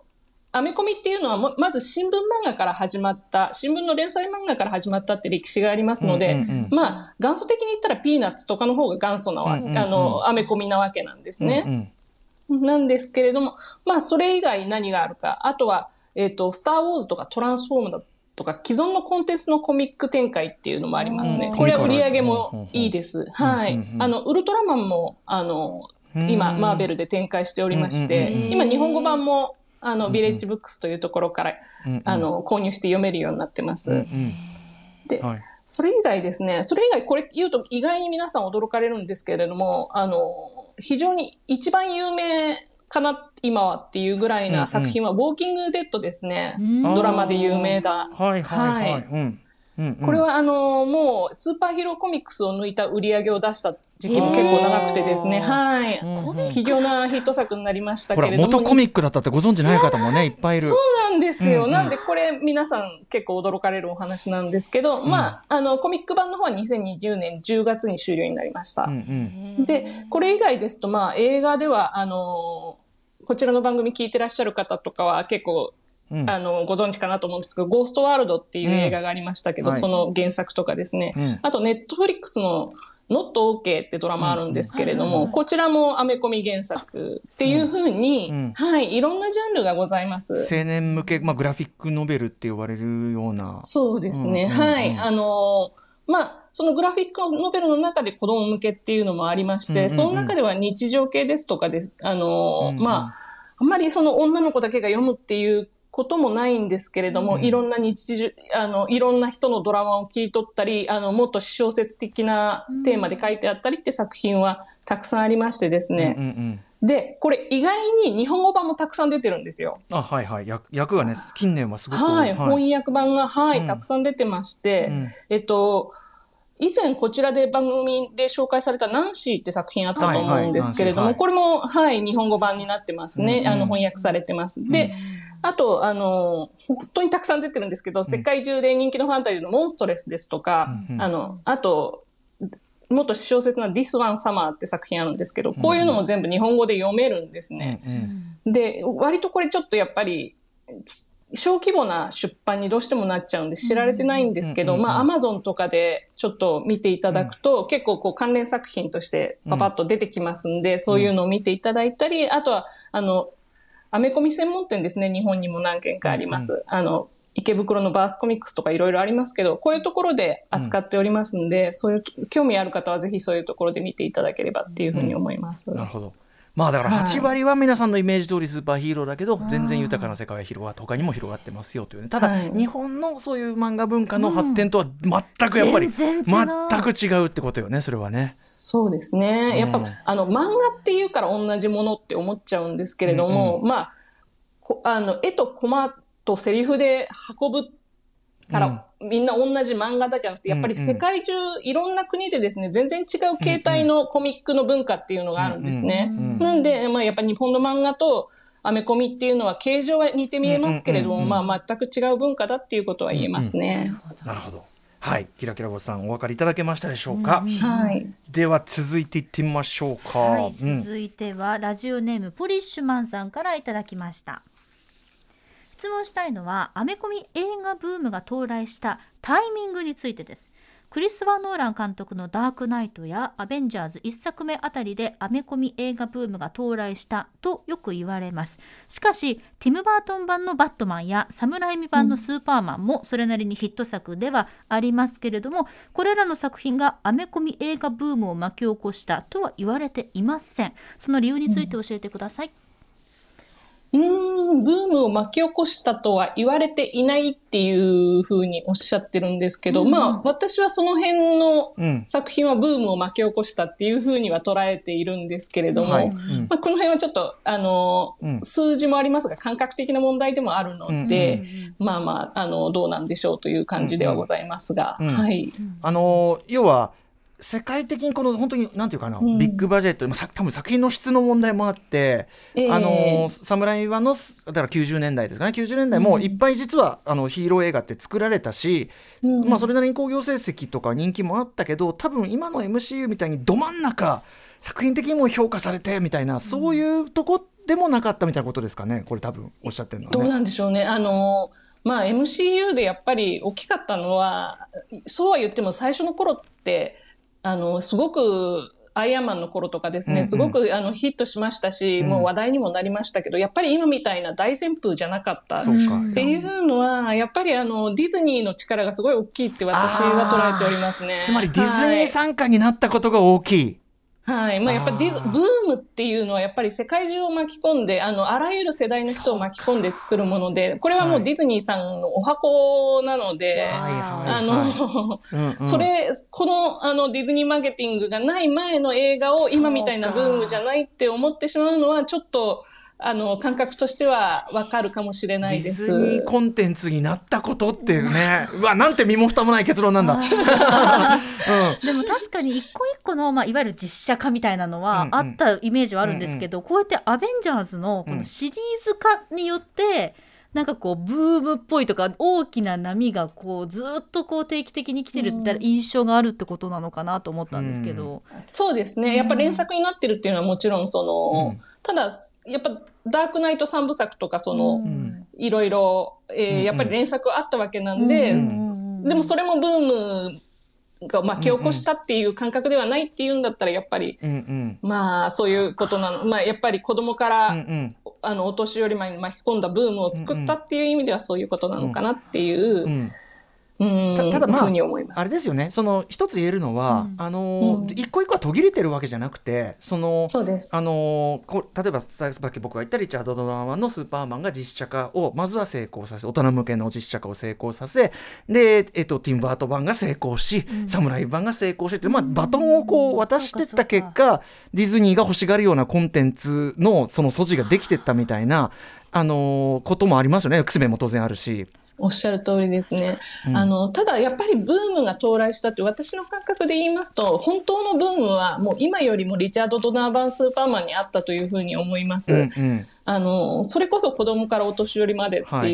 アメコミっていうのはまず新聞漫画から始まった新聞の連載漫画から始まったって歴史がありますので、うんうんうん、まあ元祖的に言ったらピーナッツとかの方が元祖なわ、うんうんうん、あのアメコミなわけなんですね、うんうん、なんですけれども、まあそれ以外何があるか、あとは、えっと、スターウォーズとかトランスフォームだとか既存のコンテンツのコミック展開っていうのもありますね、うん、これは売り上げもいいです、うんうん、はい、うんうん、あのウルトラマンもあの今マーベルで展開しておりまして、うんうん、今日本語版もあのビレッジブックスというところから、うんうん、あの購入して読めるようになってます、うんうん、で、はい、それ以外ですね、それ以外これ言うと意外に皆さん驚かれるんですけれども、あの非常に一番有名かな今はっていうぐらいな作品は、うんうん、ウォーキングデッドですね、うん、ドラマで有名だ、はいはいはい、はい、うんうんうん、これはあのもうスーパーヒーローコミックスを抜いた売り上げを出した時期も結構長くてですね、はい、うんうん、非常なヒット作になりましたけれども、 ほら元コミックだったってご存知ない方もねいっぱいいる。 そうなんですよ、うんうん、なんでこれ皆さん結構驚かれるお話なんですけど、うん、まああのコミック版の方はにせんにじゅうねんじゅうがつに終了になりました、うんうん、でこれ以外ですと、まあ映画ではあのこちらの番組聞いてらっしゃる方とかは結構うん、あのご存知かなと思うんですけど、ゴーストワールドっていう映画がありましたけど、うん、その原作とかですね、うん、あとネットフリックスのNot OK ってドラマあるんですけれども、うん、こちらもアメコミ原作っていう風に、うん、はい、いろんなジャンルがございます。 青年向け、まあ、グラフィックノベルって呼ばれるような。 そうですね、うん、はい、あのまあそのグラフィックノベルの中で子供向けっていうのもありまして、うんうんうん、その中では日常系ですとかで、あの、うんうん、まああんまりその女の子だけが読むっていうこともないんですけれども、うん、いろんな日常、あの、いろんな人のドラマを聞い取ったり、あの、もっと小説的なテーマで書いてあったりって作品はたくさんありましてですね。うんうんうん、で、これ意外に日本語版もたくさん出てるんですよ。 あ、はいはい。役がね、近年はすごく。 はい、はい、翻訳版が、はい、うん、たくさん出てまして、うん、えっと、以前こちらで番組で紹介されたナンシーって作品あったと思うんですけれども、はいはい、これも、はい、日本語版になってますね。うんうん、あの、翻訳されてます。で、うん、あと、あの、本当にたくさん出てるんですけど、うん、世界中で人気のファンタジーのモンストレスですとか、うんうん、あの、あと、もっと小説な This One Summer って作品あるんですけど、こういうのも全部日本語で読めるんですね。うんうん、で、割とこれちょっとやっぱり、小規模な出版にどうしてもなっちゃうんで知られてないんですけど、うんうんうん、まあ Amazon とかでちょっと見ていただくと、うん、結構こう関連作品としてパパッと出てきますんで、うん、そういうのを見ていただいたり、あとは、あの、アメコミ専門店ですね、日本にも何軒かあります。うんうん、あの、池袋のバースコミックスとかいろいろありますけど、こういうところで扱っておりますんで、うん、そういう興味ある方はぜひそういうところで見ていただければっていうふうに思います。 うん、なるほど。まあだからはち割は皆さんのイメージ通りスーパーヒーローだけど、はい、全然豊かな世界は広がって他にも広がってますよというね。ただ、はい、日本のそういう漫画文化の発展とは全くやっぱり、うん、全, 全く違うってことよね、それはね。 そうですね、うん、やっぱあの漫画っていうから同じものって思っちゃうんですけれども、うんうん、まああの絵とコマとセリフで運ぶから、うん、みんな同じ漫画だじゃなくて、やっぱり世界中、うんうん、いろんな国でですね、全然違う形態のコミックの文化っていうのがあるんですね。うんうん、なんで、まあやっぱり日本の漫画とアメコミっていうのは形状は似て見えますけれども、うんうんうんうん、まあ全く違う文化だっていうことは言えますね。 うんうん、なるほど。はい、キラキラボスさんお分かりいただけましたでしょうか。 うんはい、 では続いていってみましょうか。 はい、続いてはラジオネームポリッシュマンさんからいただきました。質問したいのはアメコミ映画ブームが到来したタイミングについてです。クリストファー・ノーラン監督のダークナイトやアベンジャーズいっさくめあたりでアメコミ映画ブームが到来したとよく言われます。しかしティム・バートン版のバットマンやサムライミ版のスーパーマンもそれなりにヒット作ではありますけれども、これらの作品がアメコミ映画ブームを巻き起こしたとは言われていません。その理由について教えてください。 うーん、ブームを巻き起こしたとは言われていないっていうふうにおっしゃってるんですけど、うん、まあ私はその辺の作品はブームを巻き起こしたっていうふうには捉えているんですけれども、はいうんまあ、この辺はちょっとあの、うん、数字もありますが感覚的な問題でもあるので、うん、まあまあ、あのどうなんでしょうという感じではございますが、うんうんはい、 あの要は世界的にこの本当になんていうかな、うん、ビッグバジェットで多分作品の質の問題もあって、えー、あのサムライはのだからきゅうじゅうねんだいですかね、きゅうじゅうねんだいもいっぱい実はあのヒーロー映画って作られたし、うんまあ、それなりに興行成績とか人気もあったけど、多分今の エムシーユー みたいにど真ん中作品的にも評価されてみたいな、そういうとこでもなかったみたいなことですかね、これ多分おっしゃってるのはね。 どうなんでしょうね。あのまあ、エムシーユー でやっぱり大きかったのは、そうは言っても最初の頃ってあのすごくアイアンマンの頃とかですね、うんうん、すごくあのヒットしましたし、うん、もう話題にもなりましたけど、やっぱり今みたいな大旋風じゃなかったっていうのは、やっぱりあのディズニーの力がすごい大きいって私は捉えておりますね。 つまりディズニー傘下になったことが大きい。 はい。まあ、やっぱりブームっていうのはやっぱり世界中を巻き込んで、あの、あらゆる世代の人を巻き込んで作るもので、これはもうディズニーさんのお箱なので、はい、あの、はい、それ、この、あの、ディズニーマーケティングがない前の映画を今みたいなブームじゃないって思ってしまうのは、ちょっと、あの感覚としては分かるかもしれないです。 ディズニーコンテンツになったことっていうね、うわなんて身も蓋もない結論なんだ、うん、 でも確かに一個一個の、まあ、いわゆる実写化みたいなのはあったイメージはあるんですけど、うんうん、こうやってアベンジャーズのこのシリーズ化によって、うん、なんかこうブームっぽいとか大きな波がこうずっとこう定期的に来てるって印象があるってことなのかなと思ったんですけど、 うん、そうですね、やっぱ連作になってるっていうのはもちろんその、うん、ただやっぱダークナイトさんぶさくとかその、うん、いろいろ、えー、やっぱり連作あったわけなんで、うんうん、でもそれもブームが巻き起こしたっていう感覚ではないっていうんだったらやっぱり、うんうん、まあそういうことなの、まあやっぱり子供から、うんうん、あのお年寄りまで巻き込んだブームを作ったっていう意味ではそういうことなのかなっていう、うんうんうん、た, ただまあ、 あれですよね、その一つ言えるのは、うん、あの、うん、一個一個は途切れてるわけじゃなくて、そのそうです、あのこ例えばさっき僕が言ったリチャード・ドナーマンのスーパーマンが実写化をまずは成功させ、大人向けの実写化を成功させで、えっと、ティム・バート版が成功し、うん、サムライ版が成功してって、まあ、バトンをこう渡していった結果、ディズニーが欲しがるようなコンテンツのその素地ができてったみたいな、あのこともありますよね。Xメンも当然あるし。 おっしゃる通りですね、うん、あのただやっぱりブームが到来したって私の感覚で言いますと、本当のブームはもう今よりもリチャード・ドナー版スーパーマンにあったというふうに思います、うんうん、あのそれこそ子供からお年寄りまでっていう、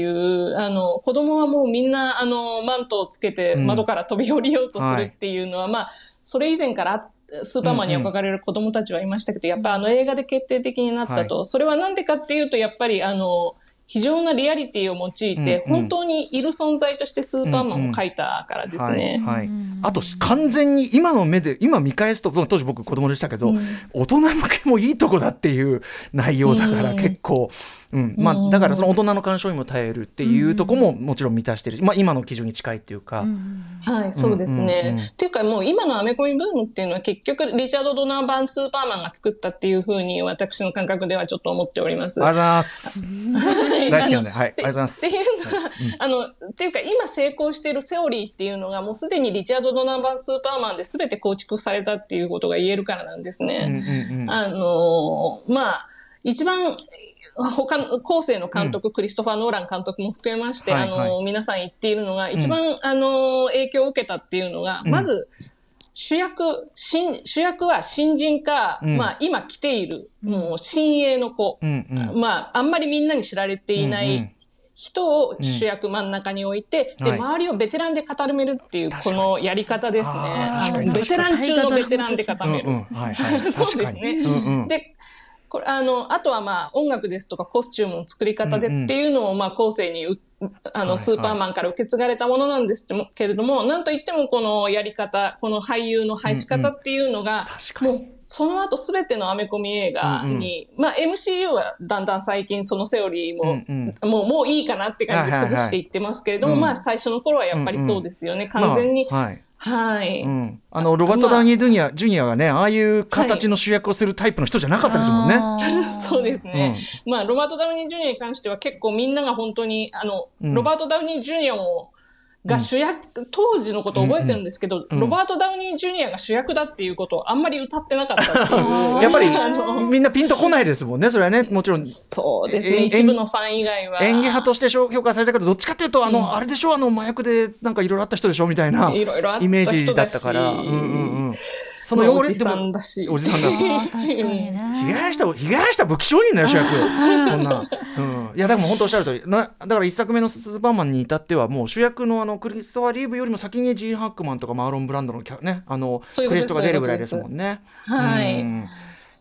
はい、あの子供はもうみんなあのマントをつけて窓から飛び降りようとするっていうのは、うん、まあそれ以前からスーパーマンに憧れる子供たちはいましたけど、うんうん、やっぱあの映画で決定的になったと、はい、それはなんでかっていうとやっぱりあの非常なリアリティを用いて、うんうん、本当にいる存在としてスーパーマンを描いたからですね、 うんうん、はいはい、あと完全に今の目で今見返すと、当時僕子供でしたけど、うん、大人向けもいいとこだっていう内容だから結構、うんうんまあ、だからその大人の鑑賞にも耐えるっていうところももちろん満たしてる、まあ、今の基準に近いっていうか、うん、 はいそうですね、うんうんうん、っていうかもう今のアメコミブームっていうのは結局リチャード・ドナー版スーパーマンが作ったっていうふうに私の感覚ではちょっと思っております。 ありがとうございます大好きなんで、はい、ありがとうございます。 っていうのは、うん、あのっていうか今成功しているセオリーっていうのがもうすでにリチャード・ドナー版スーパーマンで全て構築されたっていうことが言えるからなんですね、うんうんうん、あのまあ一番他の後世の監督、うん、クリストファー・ノーラン監督も含めまして、はいはい、あの皆さん言っているのが一番、うん、あの影響を受けたっていうのが、うん、まず主役新主役は新人か、うんまあ、今来ている、うん、もう新鋭の子、うんうんまあ、あんまりみんなに知られていない人を主役真ん中に置いて、うん、で周りをベテランで固めるっていうこのやり方ですね。ベテラン中のベテランで固める、うんうんはいはい、そうですね、うんうん、でこれあのあとはまあ音楽ですとかコスチュームの作り方でっていうのをまあ後世にあのスーパーマンから受け継がれたものなんですけれども、はいはい、なんといってもこのやり方この俳優の配し方っていうのが、うんうん、もうその後すべてのアメコミ映画に、うんうんまあ、エムシーユー はだんだん最近そのセオリーも、うんうん、もうもういいかなって感じで崩していってますけれども、はいはいはい、まあ最初の頃はやっぱりそうですよね、うんうん、完全に、まあはいはいうん、 あのロバート・ダウニー・ジュニア、まあ、ジュニアがねああいう形の主役をするタイプの人じゃなかったですもんね、 はい、そうですね、うんまあ、ロバート・ダウニー・ジュニアに関しては結構みんなが本当にあの、うん、ロバート・ダウニー・ジュニアもが主役、うん、当時のことを覚えてるんですけど、うんうん、ロバート・ダウニー・ジュニアが主役だっていうことをあんまり歌ってなかったっていうやっぱりみんなピンとこないですもんねそれはねもちろんそうですね一部のファン以外は演技派として評価されたけどどっちかっていうとあの、うん、あれでしょあの麻薬でなんかいろいろあった人でしょみたいなイメージだったからうんうんうんその汚れおじさんだしおじさんだし確かにね被害者被害者武器商人のよ主役そんな、うん、いやでも本当おっしゃる通りなだから一作目のスーパーマンに至ってはもう主役のあのクリストファー・リーブよりも先にジーン・ハックマンとかマーロン・ブランドの、ね、あのクレジットが出るぐらいですもんねはい、うん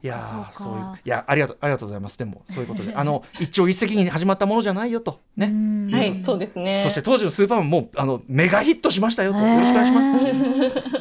いやそういういやありがとうありがとうございます。でもそういうことであの一朝一夕に始まったものじゃないよとね。 はいそうですね。 そして当時のスーパーマンもあのメガヒットしましたよと、よろしくお願いします。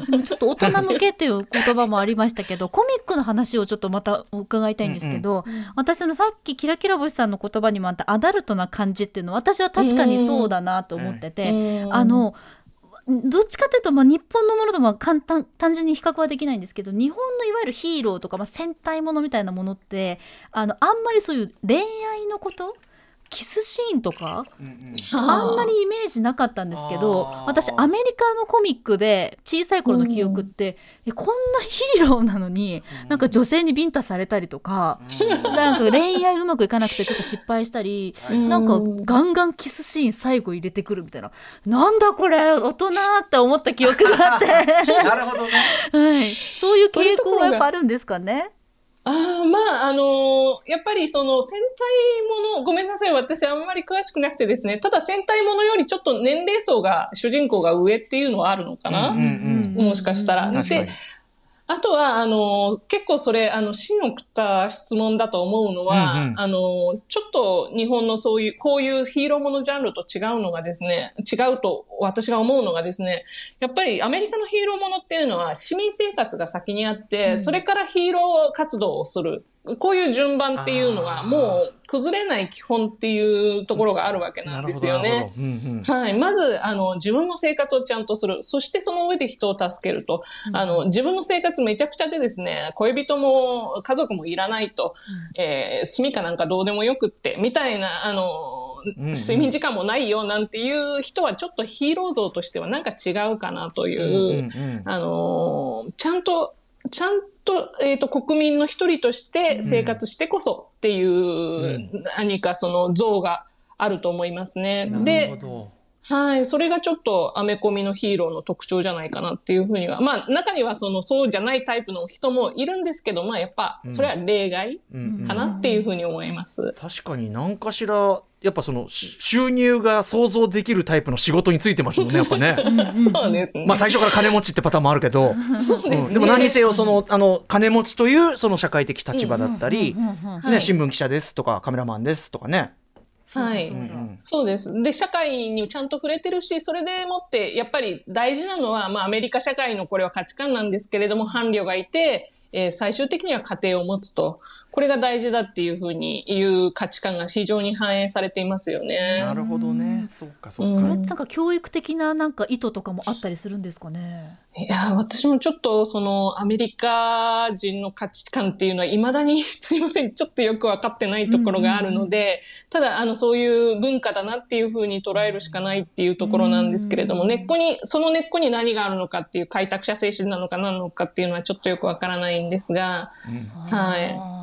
でもちょっと大人向けっていう言葉もありましたけどコミックの話をちょっとまた伺いたいんですけど、うんうん、私のさっきキラキラ星さんの言葉にもあったアダルトな感じっていうのは私は確かにそうだなと思ってて、あのどっちかというと、まあ、日本のものとも簡単単純に比較はできないんですけど、日本のいわゆるヒーローとか、まあ、戦隊ものみたいなものってあのあんまりそういう恋愛のことキスシーンとか、うんうん、あんまりイメージなかったんですけど、私アメリカのコミックで小さい頃の記憶って、うん、えこんなヒーローなのに、うん、なんか女性にビンタされたりとか、うん、なんか恋愛うまくいかなくてちょっと失敗したり、うん、なんかガンガンキスシーン最後入れてくるみたいな、なんだこれ大人って思った記憶があってなるほどね、 はい、そういう傾向はやっぱあるんですかね。 ああ、まあ、あのー、やっぱりその戦隊もの、ごめんなさい、私あんまり詳しくなくてですね、ただ戦隊ものよりちょっと年齢層が、主人公が上っていうのはあるのかな、うんうんうん、もしかしたら。で、あとは、あの、結構それ、あの、芯を食った質問だと思うのは、うんうん、あの、ちょっと日本のそういう、こういうヒーローものジャンルと違うのがですね、違うと私が思うのがですね、やっぱりアメリカのヒーローものっていうのは市民生活が先にあって、うん、それからヒーロー活動をする。こういう順番っていうのがもう崩れない基本っていうところがあるわけなんですよね。うんうん、はい。まず、あの、自分の生活をちゃんとする。そしてその上で人を助けると。うん、あの、自分の生活めちゃくちゃでですね、恋人も家族もいらないと。うん、えー、趣味かなんかどうでもよくって、みたいな、あの、睡眠時間もないよなんていう人はちょっとヒーロー像としてはなんか違うかなという、うんうんうん、あの、ちゃんと、ちゃんと、えっと、国民の一人として生活してこそっていう、うん、何かその像があると思いますね。で、はい、それがちょっとアメコミのヒーローの特徴じゃないかなっていうふうには、まあ中にはそのそうじゃないタイプの人もいるんですけど、まあやっぱそれは例外かなっていうふうに思います。うんうんうん、 確かに何かしらやっぱその収入が想像できるタイプの仕事についてますもんね、やっぱね。 そうですね。 まあ最初から金持ちってパターンもあるけど、 そうですね。うん、 でも何にせよそのあの金持ちというその社会的立場だったり、ね、新聞記者ですとかカメラマンですとかね。 はい、そうです。で、社会にちゃんと触れてるし、それでもって、やっぱり大事なのは、まあ、アメリカ社会のこれは価値観なんですけれども、伴侶がいて、えー、最終的には家庭を持つと。これが大事だっていうふうに言う価値観が非常に反映されていますよね。 なるほどね。そうかそうか。 それってなんか教育的ななんか意図とかもあったりするんですかね。 いや、私もちょっとそのアメリカ人の価値観っていうのは未だにすいません、ちょっとよく分かってないところがあるので、うんうんうん、ただあのそういう文化だなっていうふうに捉えるしかないっていうところなんですけれども、根っこに、その根っこに何があるのかっていう開拓者精神なのか何なのかっていうのはちょっとよく分からないんですが、うん、はい。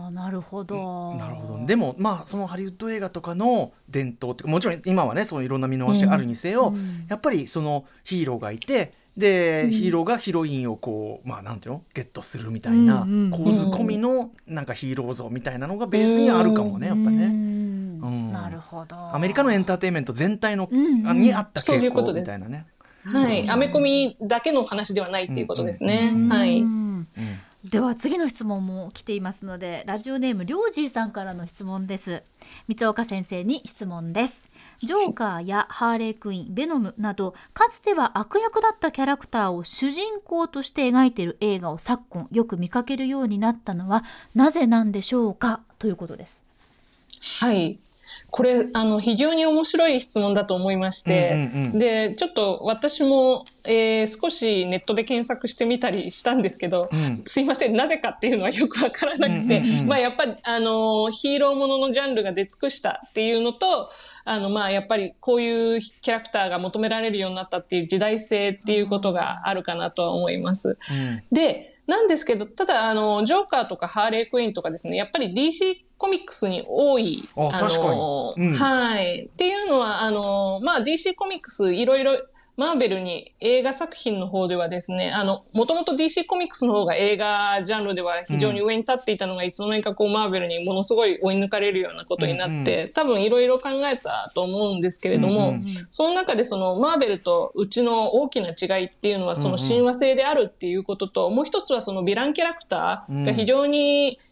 なるほど。 なるほど。でもまあそのハリウッド映画とかの伝統ってもちろん今はねそのいろんな見直しあるにせよ、うん、やっぱりそのヒーローがいてで、うん、ヒーローがヒロインをこうまあなんていうのゲットするみたいな、うんうん、構図込みのなんかヒーロー像みたいなのがベースにあるかもね、やっぱね。うんうん、なるほど。 アメリカのエンターテインメント全体の、うんうん、にあった傾向みたいなね。 はい。アメコミだけの話ではないっていうことですね。うんうん、はい。うんでは次の質問も来ていますので、ラジオネームりょうじーさんからの質問です。三岡先生に質問です。ジョーカーやハーレークイーン、ベノムなどかつては悪役だったキャラクターを主人公として描いている映画を昨今よく見かけるようになったのはなぜなんでしょうか、ということです。 はい、これあの非常に面白い質問だと思いまして、うんうんうん、でちょっと私も、えー、少しネットで検索してみたりしたんですけど、うん、すいませんなぜかっていうのはよくわからなくて、うんうんうん、まあやっぱりあのヒーローもののジャンルが出尽くしたっていうのと、あのまあやっぱりこういうキャラクターが求められるようになったっていう時代性っていうことがあるかなとは思います。うん、でなんですけど、ただあのジョーカーとかハーレークイーンとかですね、やっぱり ディーシー コミックスに多い、 ああの、うん、 はいっていうのはあのまあ ディーシー コミックスいろいろマーベルに映画作品の方ではですね、あのもともと ディーシー コミックスの方が映画ジャンルでは非常に上に立っていたのが、うん、いつの間にかこうマーベルにものすごい追い抜かれるようなことになって、うんうん、多分いろいろ考えたと思うんですけれども、うんうん、その中でそのマーベルとうちの大きな違いっていうのはその親和性であるっていうことと、うんうん、もう一つはそのヴィランキャラクターが非常に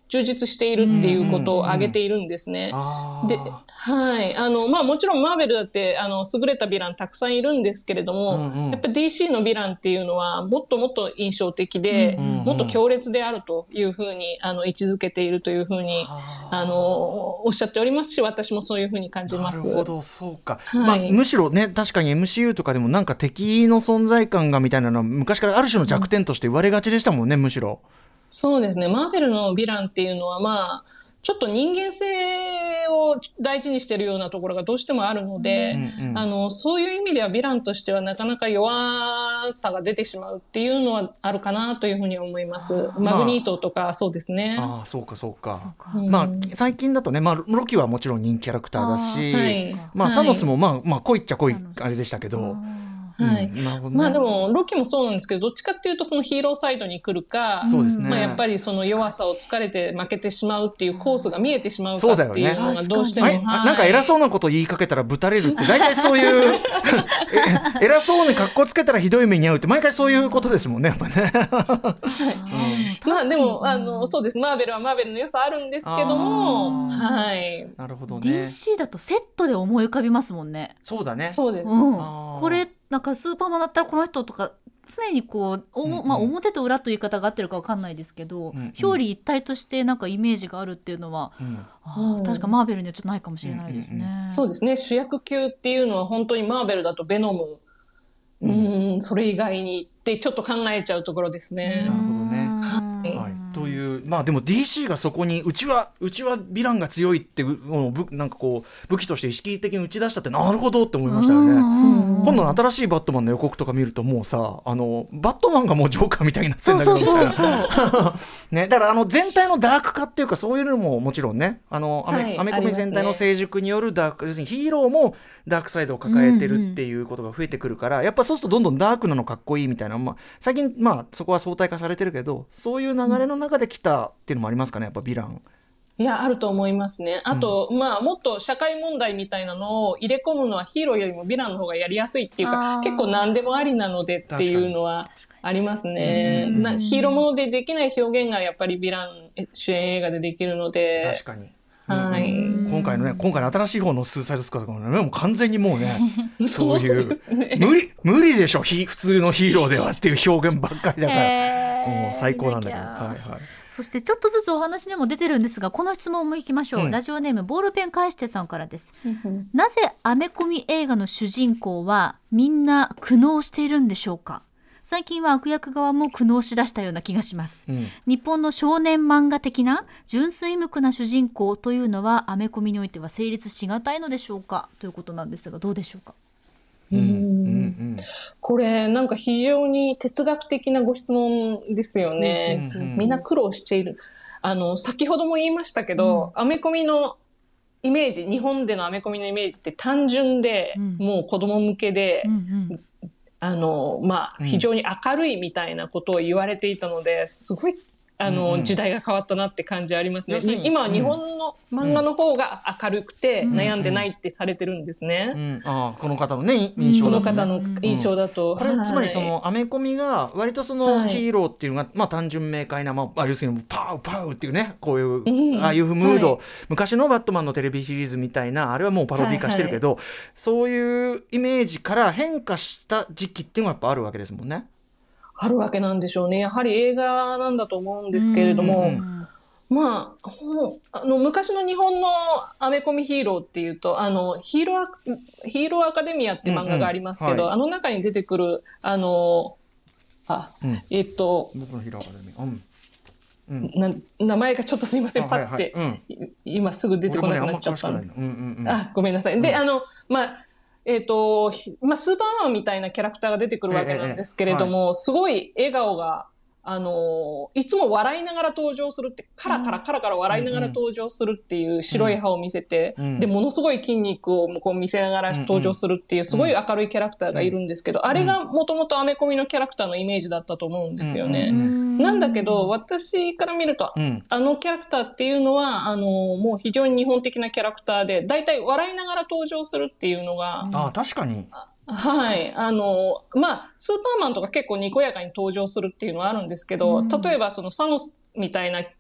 充実しているっていうことを挙げているんですね。で、はい。あの、まあもちろんマーベルだって、あの、優れたヴィランたくさんいるんですけれども、うんうん、やっぱ ディーシー のヴィランっていうのはもっともっと印象的で、うんうん、もっと強烈であるというふうに、あの、位置づけているというふうに、あの、おっしゃっておりますし、私もそういうふうに感じます。 なるほど、そうか。はい、まあ、むしろね、確かに エムシーユー とかでもなんか敵の存在感がみたいなのは昔からある種の弱点として言われがちでしたもんね、うん、むしろ。 そうですね。マーベルのヴィランっていうのは、まあ、ちょっと人間性を大事にしているようなところがどうしてもあるので、うんうん、あの、そういう意味ではヴィランとしてはなかなか弱さが出てしまうっていうのはあるかなというふうに思います。マグニートとかそうですね。 ああ、そうかそうか。そうか、まあ、最近だとね、まあ、ロキはもちろん人気キャラクターだし、あ、はい、まあ、サノスもまあ、まあ、濃いっちゃ濃いあれでしたけど、 はい。うん、なるほどね。まあでも、ロキもそうなんですけど、どっちかっていうとそのヒーローサイドに来るか、そうですね。まあやっぱりその弱さを疲れて負けてしまうっていうコースが見えてしまうかっていうのがどうしても。 はい、なんか偉そうなこと言いかけたらぶたれるって大体そういう偉そうに格好つけたらひどい目に遭うって毎回そういうことですもんね、やっぱね。はい。 まあでも、あの、そうです。マーベルはマーベルの良さあるんですけども、はい。 なるほどね。 ディーシー だとセットで思い浮かびますもんね。 そうだね。 そうです。 うん、これなんかスーパーマンだったらこの人とか常にこう、おも、うんうん、まあ、表と裏という言い方が合ってるか分かんないですけど、うんうん、表裏一体としてなんかイメージがあるっていうのは、うん、あ、確かマーベルにはちょっとないかもしれないですね、うんうんうん、 そうですね。主役級っていうのは本当にマーベルだとベノム、うん、うん、それ以外にってちょっと考えちゃうところですね。 なるほどね。はい、というまあでも ディーシー がそこにうちはうちはヴィランが強いってなんかこう武器として意識的に打ち出したってなるほどって思いましたよね。今度の新しいバットマンの予告とか見るともうさあのバットマンがもうジョーカーみたいになってるんだけど、そうそうそうね、だからあの全体のダーク化っていうかそういうのももちろんねあのアメ、はい、アメコミ全体の成熟によるダーク、ね、要するにヒーローもダークサイドを抱えてるっていうことが増えてくるから、うんうん、やっぱそうするとどんどんダークなのかっこいいみたいな、まあ、最近まあそこは相対化されてるけどそういう流れの中で来たっていうのもありますかね、やっぱヴィラン。 いや、あると思いますね。あと、うん、まあ、もっと社会問題みたいなのを入れ込むのはヒーローよりもヴィランの方がやりやすいっていうか、結構何でもありなのでっていうのはありますね。なヒーローものでできない表現がやっぱりヴィラン主演映画でできるので。 確かに。 はい、 今回のね、今回の新しい方のスーサイドスクワッドとかもね、もう完全にもうね、そういう、そうね、無理、無理でしょ、普通のヒーローではっていう表現ばっかりだから、もう最高なんだけど。はいはい。 そしてちょっとずつお話でも出てるんですが、この質問もいきましょう、うん、ラジオネームボールペン返してさんからです、うん、なぜアメコミ映画の主人公はみんな苦悩しているんでしょうか。最近は悪役側も苦悩しだしたような気がします、うん、日本の少年漫画的な純粋無垢な主人公というのはアメコミにおいては成立しがたいのでしょうかということなんですが、どうでしょうか。 うんうんうん、これなんか非常に哲学的なご質問ですよね、うんうんうん、みんな苦労している。あの先ほども言いましたけど、うん、アメコミのイメージ、日本でのアメコミのイメージって単純で、うん、もう子供向けで、うんうん、あのまあ、非常に明るいみたいなことを言われていたので、すごいあの、うんうん、時代が変わったなって感じありますね。今は日本の漫画の方が明るくて悩んでないってされてるんですね、うんうんうん、 あこの方のね印象だと、ね、 この方の印象だと、 うん、これ、はい、つまりそのアメコミが割とそのヒーローっていうのが、はい、まあ、単純明快な、まあ、要するにパウパウっていうねこういう、うん、ああいうムード、はい、昔のバットマンのテレビシリーズみたいなあれはもうパロディ化してるけど、はいはい、そういうイメージから変化した時期っていうのがやっぱあるわけですもんね。 あるわけなんでしょうね。やはり映画なんだと思うんですけれども、まあ、あの昔の日本のアメコミヒーローっていうと、あのヒーローヒーローアカデミアって漫画がありますけど、うんうんはい、あの中に出てくるあのあ、うん、えっと僕のヒーローアカデミア、うんうん、な名前がちょっとすいませんパッて、はいはいうん、今すぐ出てこなくなっちゃったんです。うんうんうん、あごめんなさい。で、うん、あのまあえっと、まあ、スーパーマンみたいなキャラクターが出てくるわけなんですけれども、ええはい、すごい笑顔が、あのー、いつも笑いながら登場するって、カラカラカラカラ笑いながら登場するっていう白い歯を見せて、うんうん、で、ものすごい筋肉をこう見せながら登場するっていう、すごい明るいキャラクターがいるんですけど、うん、あれがもともとアメコミのキャラクターのイメージだったと思うんですよね。うんうん、なんだけど、私から見ると、うん、あのキャラクターっていうのは、あのー、もう非常に日本的なキャラクターで、だいたい笑いながら登場するっていうのが、 あ、確かに。 はい。あの、まあ、スーパーマンとか結構にこやかに登場するっていうのはあるんですけど、うん、例えばそのサノスみたいな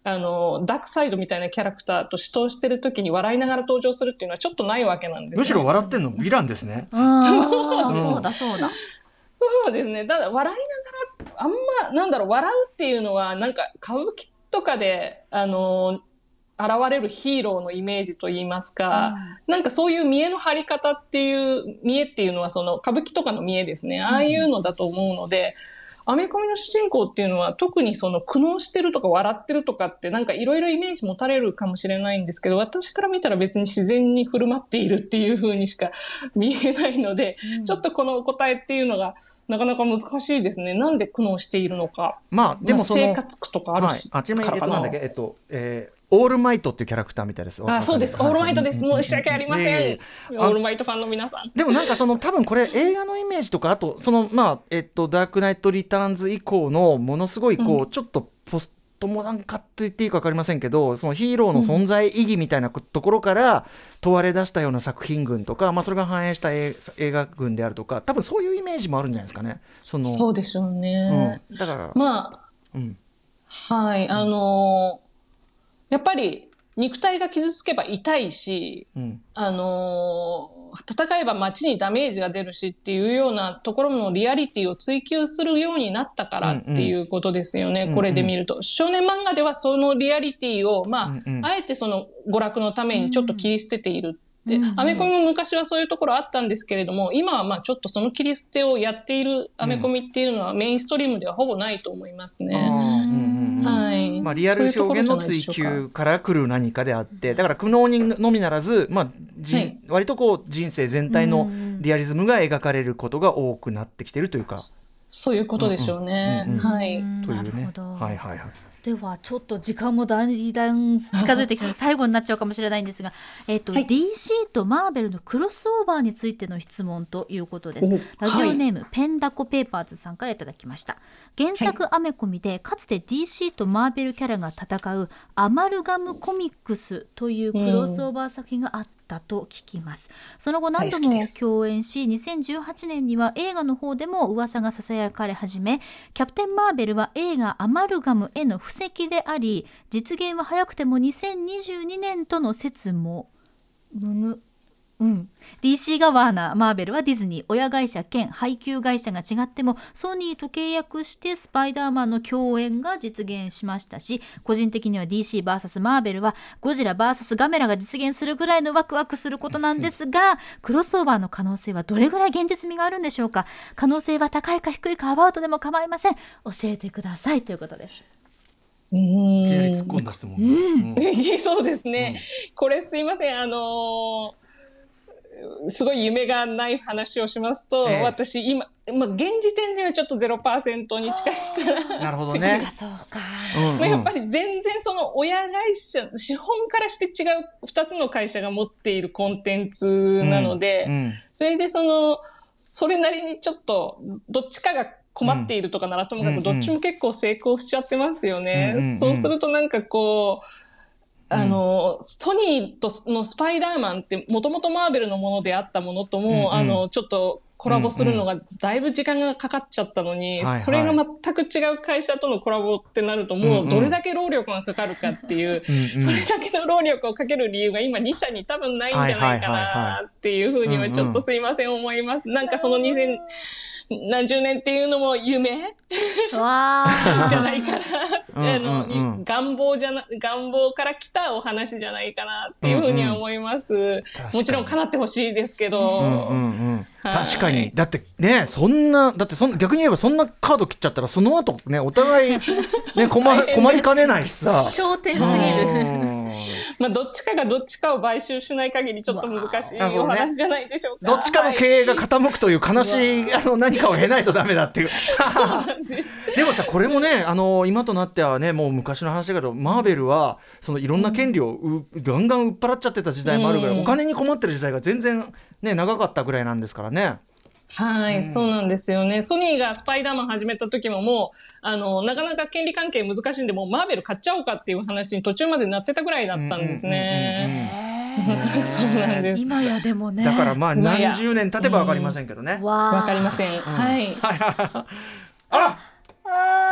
あの、ダークサイドみたいなキャラクターと死闘してる時に笑いながら登場するっていうのはちょっとないわけなんです、ね、 むしろ笑ってんのヴィランですね。 ああ、そうだそうだ。 そうですね。ただ笑いながら、あんま、なんだろう、笑うっていうのは、なんか歌舞伎とかで、あの、現れるヒーローのイメージといいますか、うん、なんかそういう見栄の張り方っていう、見栄っていうのはその歌舞伎とかの見栄ですね。ああいうのだと思うので、アメコミの主人公っていうのは特にその苦悩してるとか笑ってるとかってなんかいろいろイメージ持たれるかもしれないんですけど、私から見たら別に自然に振る舞っているっていう風にしか見えないので、うん、ちょっとこの答えっていうのがなかなか難しいですね。なんで苦悩しているのか。 まあでもその、 まあ、生活苦とかあるし、 はい、あちなみにえっとなんだっけえっと、えーオールマイトっていうキャラクターみたいです。 あ、そうです。オールマイトです。申し訳ありません。えー、オールマイトファンの皆さん。 でもなんかその多分これ映画のイメージとかあとそのまあえっとダークナイトリターンズ以降のものすごいこう、うん、ちょっとポストモダン化って言っていいか分かりませんけど、そのヒーローの存在意義みたいなところから問われ出したような作品群とか、まあそれが反映した映画群であるとか、多分そういうイメージもあるんじゃないですかね。そのそうでしょうね。 うん、だからまあ、 うん、 はいあのー、やっぱり。肉体が傷つけば痛いし、うん、あのー、戦えば街にダメージが出るしっていうようなところのリアリティを追求するようになったからっていうことですよね、うんうん、これで見ると、うんうん、少年漫画ではそのリアリティを、まあ、うんうん、あえてその娯楽のためにちょっと切り捨てている。で、うんうん、アメコミも昔はそういうところあったんですけれども、今はまあちょっとその切り捨てをやっているアメコミっていうのはメインストリームではほぼないと思いますね。 うんはい、まあ、リアル表現の追求から来る何かであって、だから苦悩にのみならず、まあじはい、割とこう人生全体のリアリズムが描かれることが多くなってきてるというか、 そういうことでしょうね。はい。 というね。はいはいはい。 ではちょっと時間もだんだん近づいてきて最後になっちゃうかもしれないんですが、えーとはい、ディーシー とマーベルのクロスオーバーについての質問ということです。ラジオネーム、はい、ペンダコペーパーズさんからいただきました。原作アメコミでかつて ディーシー とマーベルキャラが戦うアマルガムコミックスというクロスオーバー作品があったと聞きます。その後何度も共演し、にせんじゅうはちねんには映画の方でも噂がささやかれ始め、キャプテンマーベルは映画アマルガムへの布石であり、実現は早くてもにせんにじゅうにねんとの説もむむうん、ディーシー がワーナー、マーベルはディズニー、親会社兼配給会社が違ってもソニーと契約してスパイダーマンの共演が実現しましたし、個人的には ディーシーブイエス マーベルはゴジラ ブイエス ガメラが実現するぐらいのワクワクすることなんですが、クロスオーバーの可能性はどれぐらい現実味があるんでしょうか。可能性は高いか低いかアバウトでも構いません。教えてくださいということです。 うーん、いきなり突っ込んだ質問、うんうん、そうですね、うん、これすいません、あのーすごい夢がない話をしますと、ええ、私今、まあ、現時点ではちょっと ゼロパーセント に近いからなるほどねそうか、 うんうん、まあ、やっぱり全然その親会社資本からして違うふたつの会社が持っているコンテンツなので、うんうん、それでそのそれなりにちょっとどっちかが困っているとかならともかくどっちも結構成功しちゃってますよね、うんうん、そうするとなんかこうあの、うん、ソニーとのスパイダーマンってもともとマーベルのものであったものとも、うんうん、あのちょっとコラボするのがだいぶ時間がかかっちゃったのに、うんうん、それが全く違う会社とのコラボってなるともうどれだけ労力がかかるかっていう、うんうん、それだけの労力をかける理由が今に社に多分ないんじゃないかなっていうふうにはちょっとすいません思います。なんかそのにせん何十年っていうのも夢わじゃないかなあの、うんうんうん、願望じゃな願望から来たお話じゃないかなっていうふうには思います、うんうん、もちろん叶ってほしいですけど、うんうんうん、 確かにだってねそんなだってそん逆に言えばそんなカード切っちゃったらその後ねお互い、ね、困, 困りかねないしさ焦点すぎるまあどっちかがどっちかを買収しない限りちょっと難しいお話じゃないでしょうか、 ね、どっちかの経営が傾くという悲しいあの何かを経ないとダメだっていうそうなんですでもさこれもねあの今となってはねもう昔の話だけどマーベルはそのいろんな権利をうガンガン売っ払っちゃってた時代もあるぐらい、うん、お金に困ってる時代が全然、ね、長かったぐらいなんですからね。 はい、うん、そうなんですよね。ソニーがスパイダーマン始めた時ももうあのなかなか権利関係難しいんでもうマーベル買っちゃおうかっていう話に途中までなってたぐらいだったんですね。そうなんです。 今やでもね。 だからまあ何十年経てばわかりませんけどね。 わ、うん、かりません。うん、はい。 あら。 あ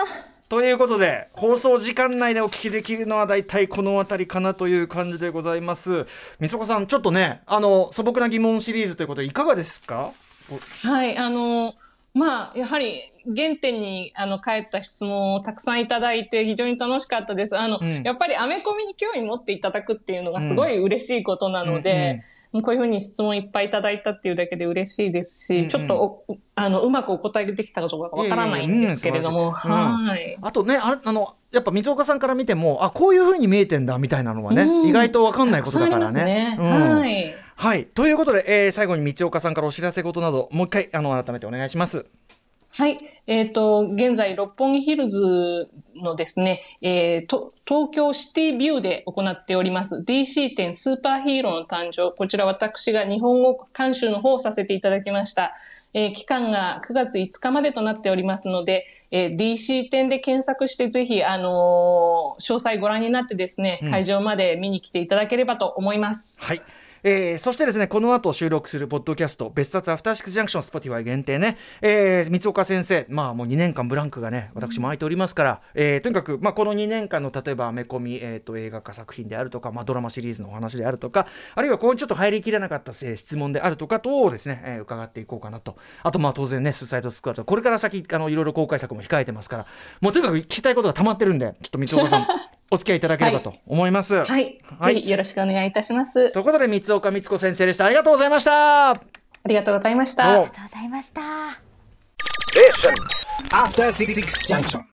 ということで放送時間内でお聞きできるのはだいたいこの辺りかなという感じでございます。三岡さんちょっとねあの素朴な疑問シリーズということでいかがですか？ はいあのまあやはり原点にあの帰った質問をたくさんいただいて非常に楽しかったです。あの、うん、やっぱりアメコミに興味持っていただくっていうのがすごい嬉しいことなので、うんうんうん、こういうふうに質問いっぱいいただいたっていうだけで嬉しいですし、うんうん、ちょっとあのうまくお答えできたかどうかわからないんですけれども、はい。 あとねああのやっぱ三岡さんから見てもあこういうふうに見えてんだみたいなのはね、うん、意外とわかんないことだからね。 ねうん、はいはい、ということで、えー、最後に三岡さんからお知らせ事などもう一回あの改めてお願いします。 はい。えっと、現在、六本木ヒルズのですね、えー、と、東京シティビューで行っております ディーシー 展スーパーヒーローの誕生。こちら私が日本語監修の方をさせていただきました。えー、期間がくがついつかまでとなっておりますので、えー、ディーシー 展で検索してぜひ、あのー、詳細ご覧になってですね、うん、会場まで見に来ていただければと思います。 はい。えー、そしてですねこの後収録するポッドキャスト別冊アフターシックスジャンクション Spotify 限定ね、えー、三岡先生まあもうにねんかんブランクがね私も空いておりますから、えー、とにかく、まあ、このにねんかんの例えばアメコミ、えー、と映画化作品であるとか、まあ、ドラマシリーズのお話であるとかあるいはこうちょっと入りきれなかった、えー、質問であるとか等をですね、えー、伺っていこうかなと。あとまあ当然ねスーサイドスクワットこれから先あのいろいろ公開作も控えてますからもうとにかく聞きたいことが溜まってるんでちょっと三岡さんお付き合いいただければと思います。 はい、はいはい、ぜひよろしくお願いいたします。 ということで三岡光子先生でした。ありがとうございました。 ありがとうございました。 ありがとうございました。 After Six Junction.